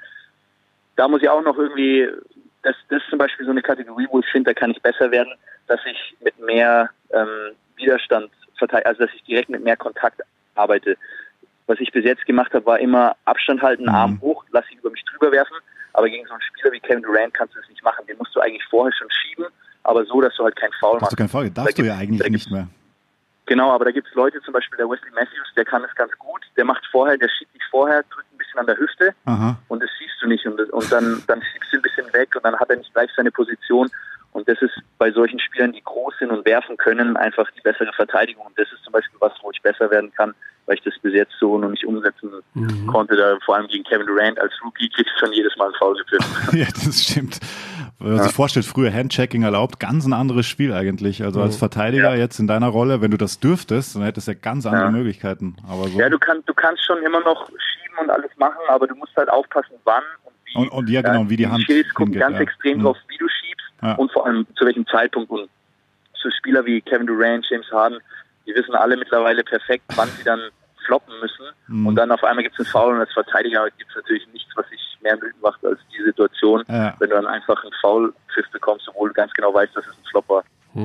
da muss ich auch noch irgendwie, das ist zum Beispiel so eine Kategorie, wo ich finde, da kann ich besser werden, dass ich mit mehr Widerstand verteidige, also dass ich direkt mit mehr Kontakt arbeite. Was ich bis jetzt gemacht habe, war immer Abstand halten, Arm hoch, lass ihn über mich drüber werfen. Aber gegen so einen Spieler wie Kevin Durant kannst du das nicht machen. Den musst du eigentlich vorher schon schieben, aber so, dass du halt keinen Foul machst. Darfst du ja eigentlich nicht mehr. Genau, aber da gibt es Leute, zum Beispiel der Wesley Matthews, der kann es ganz gut. Der schiebt dich vorher, drückt ein bisschen an der Hüfte und das siehst du nicht. Und dann schiebst du ein bisschen weg und dann hat er nicht gleich seine Position. Und das ist bei solchen Spielern, die groß sind und werfen können, einfach die bessere Verteidigung. Und das ist zum Beispiel was, wo ich besser werden kann, weil ich das bis jetzt so noch nicht umsetzen konnte. Da vor allem gegen Kevin Durant als Rookie kriegst du schon jedes Mal ein Foul gepfiffen. Ja, das stimmt. Wenn man sich vorstellt, früher Handchecking erlaubt, ganz ein anderes Spiel eigentlich. Also als Verteidiger jetzt in deiner Rolle, wenn du das dürftest, dann hättest du ja ganz andere Möglichkeiten. Aber so. Ja, du kannst schon immer noch schieben und alles machen, aber du musst halt aufpassen, wann und wie. Und ja, genau, wie die Hand Schiris gucken ganz extrem drauf, wie du schiebst und vor allem zu welchem Zeitpunkt. Und so Spieler wie Kevin Durant, James Harden, die wissen alle mittlerweile perfekt, wann sie dann floppen müssen. Und dann auf einmal gibt es einen Foul und als Verteidiger gibt es natürlich nichts, was sich mehr wütend macht als die Situation, wenn du dann einfach einen Foul-Pfiff bekommst, obwohl du ganz genau weißt, dass es ein Flop war.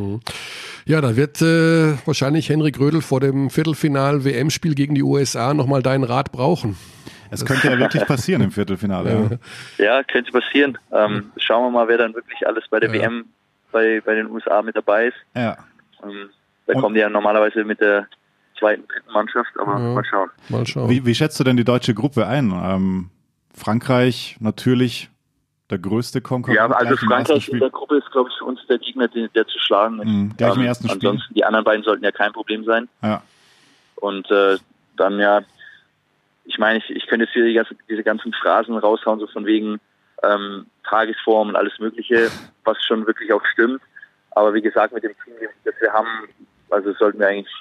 Ja, da wird wahrscheinlich Henrik Rödel vor dem Viertelfinal-WM-Spiel gegen die USA nochmal deinen Rat brauchen. Es könnte ja wirklich passieren im Viertelfinale. Ja, könnte passieren. Schauen wir mal, wer dann wirklich alles bei der WM bei den USA mit dabei ist. Ja. Da kommen die ja normalerweise mit der zweiten, dritten Mannschaft, aber mal schauen. Wie schätzt du denn die deutsche Gruppe ein? Frankreich natürlich der größte Konkurrent. Ja, also Frankreich in der Gruppe ist, glaube ich, für uns der Gegner, der zu schlagen ist. Gleich im ersten Spiel. Ansonsten, die anderen beiden sollten ja kein Problem sein. Ja. Und dann ich meine, ich könnte jetzt hier diese ganzen Phrasen raushauen, so von wegen Tagesform und alles Mögliche, was schon wirklich auch stimmt. Aber wie gesagt, mit dem Team, das wir haben, also sollten wir eigentlich,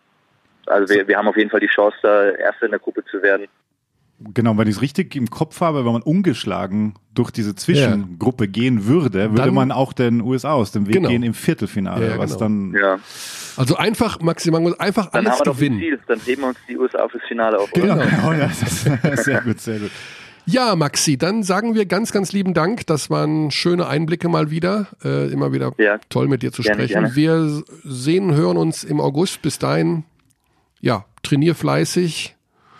also wir haben auf jeden Fall die Chance, da Erster in der Gruppe zu werden. Genau, wenn ich es richtig im Kopf habe, wenn man ungeschlagen durch diese Zwischengruppe gehen würde, würde man auch den USA aus dem Weg gehen im Viertelfinale. Was dann Also einfach maximal, einfach dann alles haben wir gewinnen. Doch Ziel. Dann heben wir uns die USA fürs Finale auf. Genau. Ja, das ist sehr gut, sehr gut. Ja, Maxi, dann sagen wir ganz, ganz lieben Dank. Das waren schöne Einblicke mal wieder. Immer wieder toll mit dir zu sprechen. Gerne. Wir sehen, hören uns im August. Bis dahin, trainier fleißig.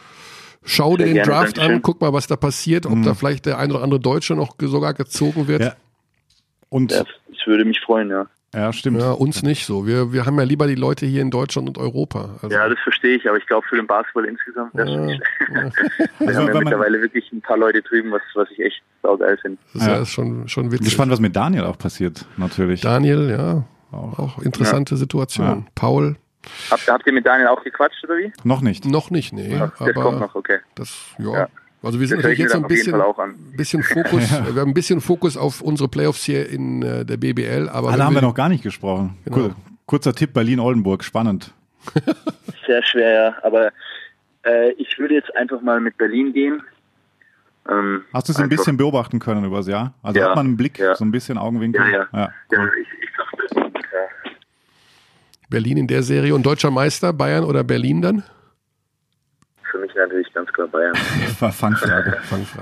Schau dir den Draft an, guck mal, was da passiert, ob da vielleicht der ein oder andere Deutsche noch sogar gezogen wird. Ja. Und ich würde mich freuen, Ja, stimmt. Ja, uns nicht so. Wir haben ja lieber die Leute hier in Deutschland und Europa. Also ja, das verstehe ich, aber ich glaube für den Basketball insgesamt wäre es schon nicht schlecht. Wir haben ja mittlerweile wirklich ein paar Leute drüben, was ich echt saugeil finde. Das ist schon witzig. Gespannt, was mit Daniel auch passiert, natürlich. Daniel, auch interessante Situation. Ja. Paul. Habt ihr mit Daniel auch gequatscht, oder wie? Noch nicht. Noch nicht, nee. Das kommt noch, okay. Also wir sind natürlich jetzt so ein bisschen Fokus, wir haben ein bisschen Fokus auf unsere Playoffs hier in der BBL. Aber da haben wir noch gar nicht gesprochen. Genau. Cool. Kurzer Tipp, Berlin-Oldenburg, spannend. Sehr schwer, aber ich würde jetzt einfach mal mit Berlin gehen. Hast du es ein bisschen beobachten können übers Jahr? Also hat man einen Blick, so ein bisschen Augenwinkel? Ja, ich glaube, Berlin in der Serie. Und deutscher Meister, Bayern oder Berlin dann? Für mich natürlich ganz klar Bayern. Fangfrage.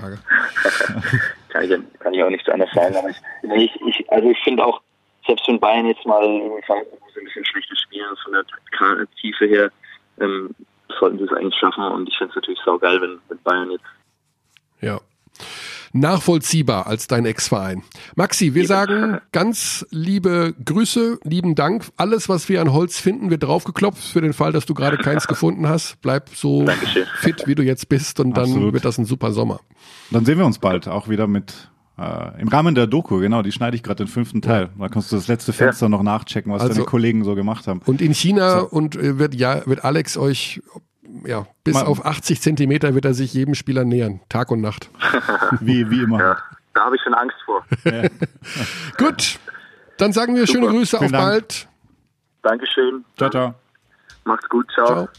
Kann ich auch nichts anderes sagen. Aber ich finde auch, selbst wenn Bayern jetzt mal so ein bisschen schlechtes Spielen von der Tiefe her, sollten sie es eigentlich schaffen. Und ich finde es natürlich saugeil, wenn Bayern jetzt. Ja. Nachvollziehbar als dein Ex-Verein. Maxi, wir sagen ganz liebe Grüße, lieben Dank. Alles, was wir an Holz finden, wird draufgeklopft für den Fall, dass du gerade keins gefunden hast. Bleib so fit, wie du jetzt bist und dann wird das ein super Sommer. Dann sehen wir uns bald auch wieder mit im Rahmen der Doku, genau, die schneide ich gerade den 5. Teil. Da kannst du das letzte Fenster noch nachchecken, was deine Kollegen so gemacht haben. Und in China wird Alex euch bis auf 80 Zentimeter wird er sich jedem Spieler nähern, Tag und Nacht. Wie immer. Ja, da habe ich schon Angst vor. Ja. Gut, dann sagen wir schöne Grüße, auf bald. Dankeschön. Ciao. Macht's gut, ciao.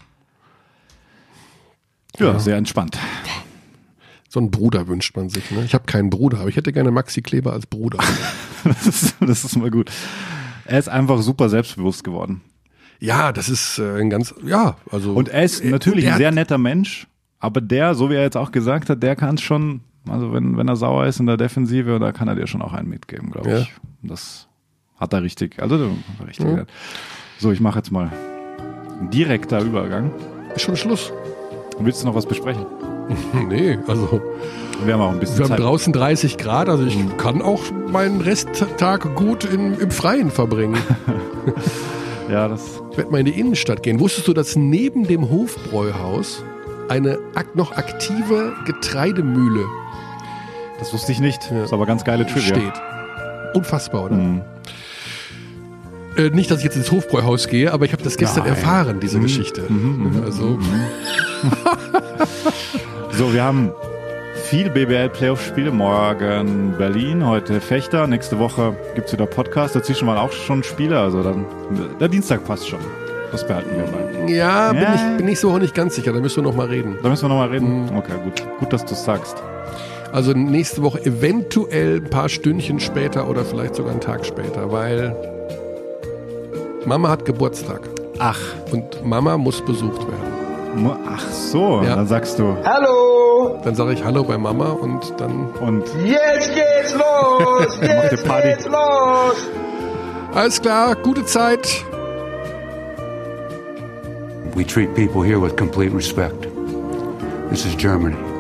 Ja, sehr entspannt. So einen Bruder wünscht man sich. Ne? Ich habe keinen Bruder, aber ich hätte gerne Maxi Kleber als Bruder. Das ist mal gut. Er ist einfach super selbstbewusst geworden. Ja, das ist Und er ist natürlich ein sehr netter Mensch, aber der, so wie er jetzt auch gesagt hat, der kann es schon, also wenn er sauer ist in der Defensive, da kann er dir schon auch einen mitgeben, glaube ich. Das hat er richtig, gesagt. So, ich mache jetzt mal einen direkter Übergang. Ist schon Schluss. Willst du noch was besprechen? Nee, also wir haben auch ein bisschen wir Zeit. haben draußen 30 Grad, also ich kann auch meinen Resttag gut im Freien verbringen. Ja, ich werde mal in die Innenstadt gehen. Wusstest du, dass neben dem Hofbräuhaus eine noch aktive Getreidemühle das wusste ich nicht. Das ist aber ganz geile Trivia. Steht. Unfassbar, oder? Nicht, dass ich jetzt ins Hofbräuhaus gehe, aber ich habe das gestern erfahren, diese Geschichte. So, wir haben viel BBL-Playoff-Spiele. Morgen Berlin, heute Fechter. Nächste Woche gibt es wieder Podcast. Dazwischen waren auch schon Spiele. Also dann der Dienstag passt schon. Das behalten wir bei. Ja, bin ich so auch nicht ganz sicher. Da müssen wir noch mal reden. Okay, gut. Gut, dass du es sagst. Also nächste Woche eventuell ein paar Stündchen später oder vielleicht sogar einen Tag später, weil Mama hat Geburtstag. Ach. Und Mama muss besucht werden. Ach so, dann sagst du Hallo! Dann sage ich Hallo bei Mama und dann... Jetzt geht's los! Jetzt geht's los! Alles klar, gute Zeit. We treat people here with complete respect. This is Germany.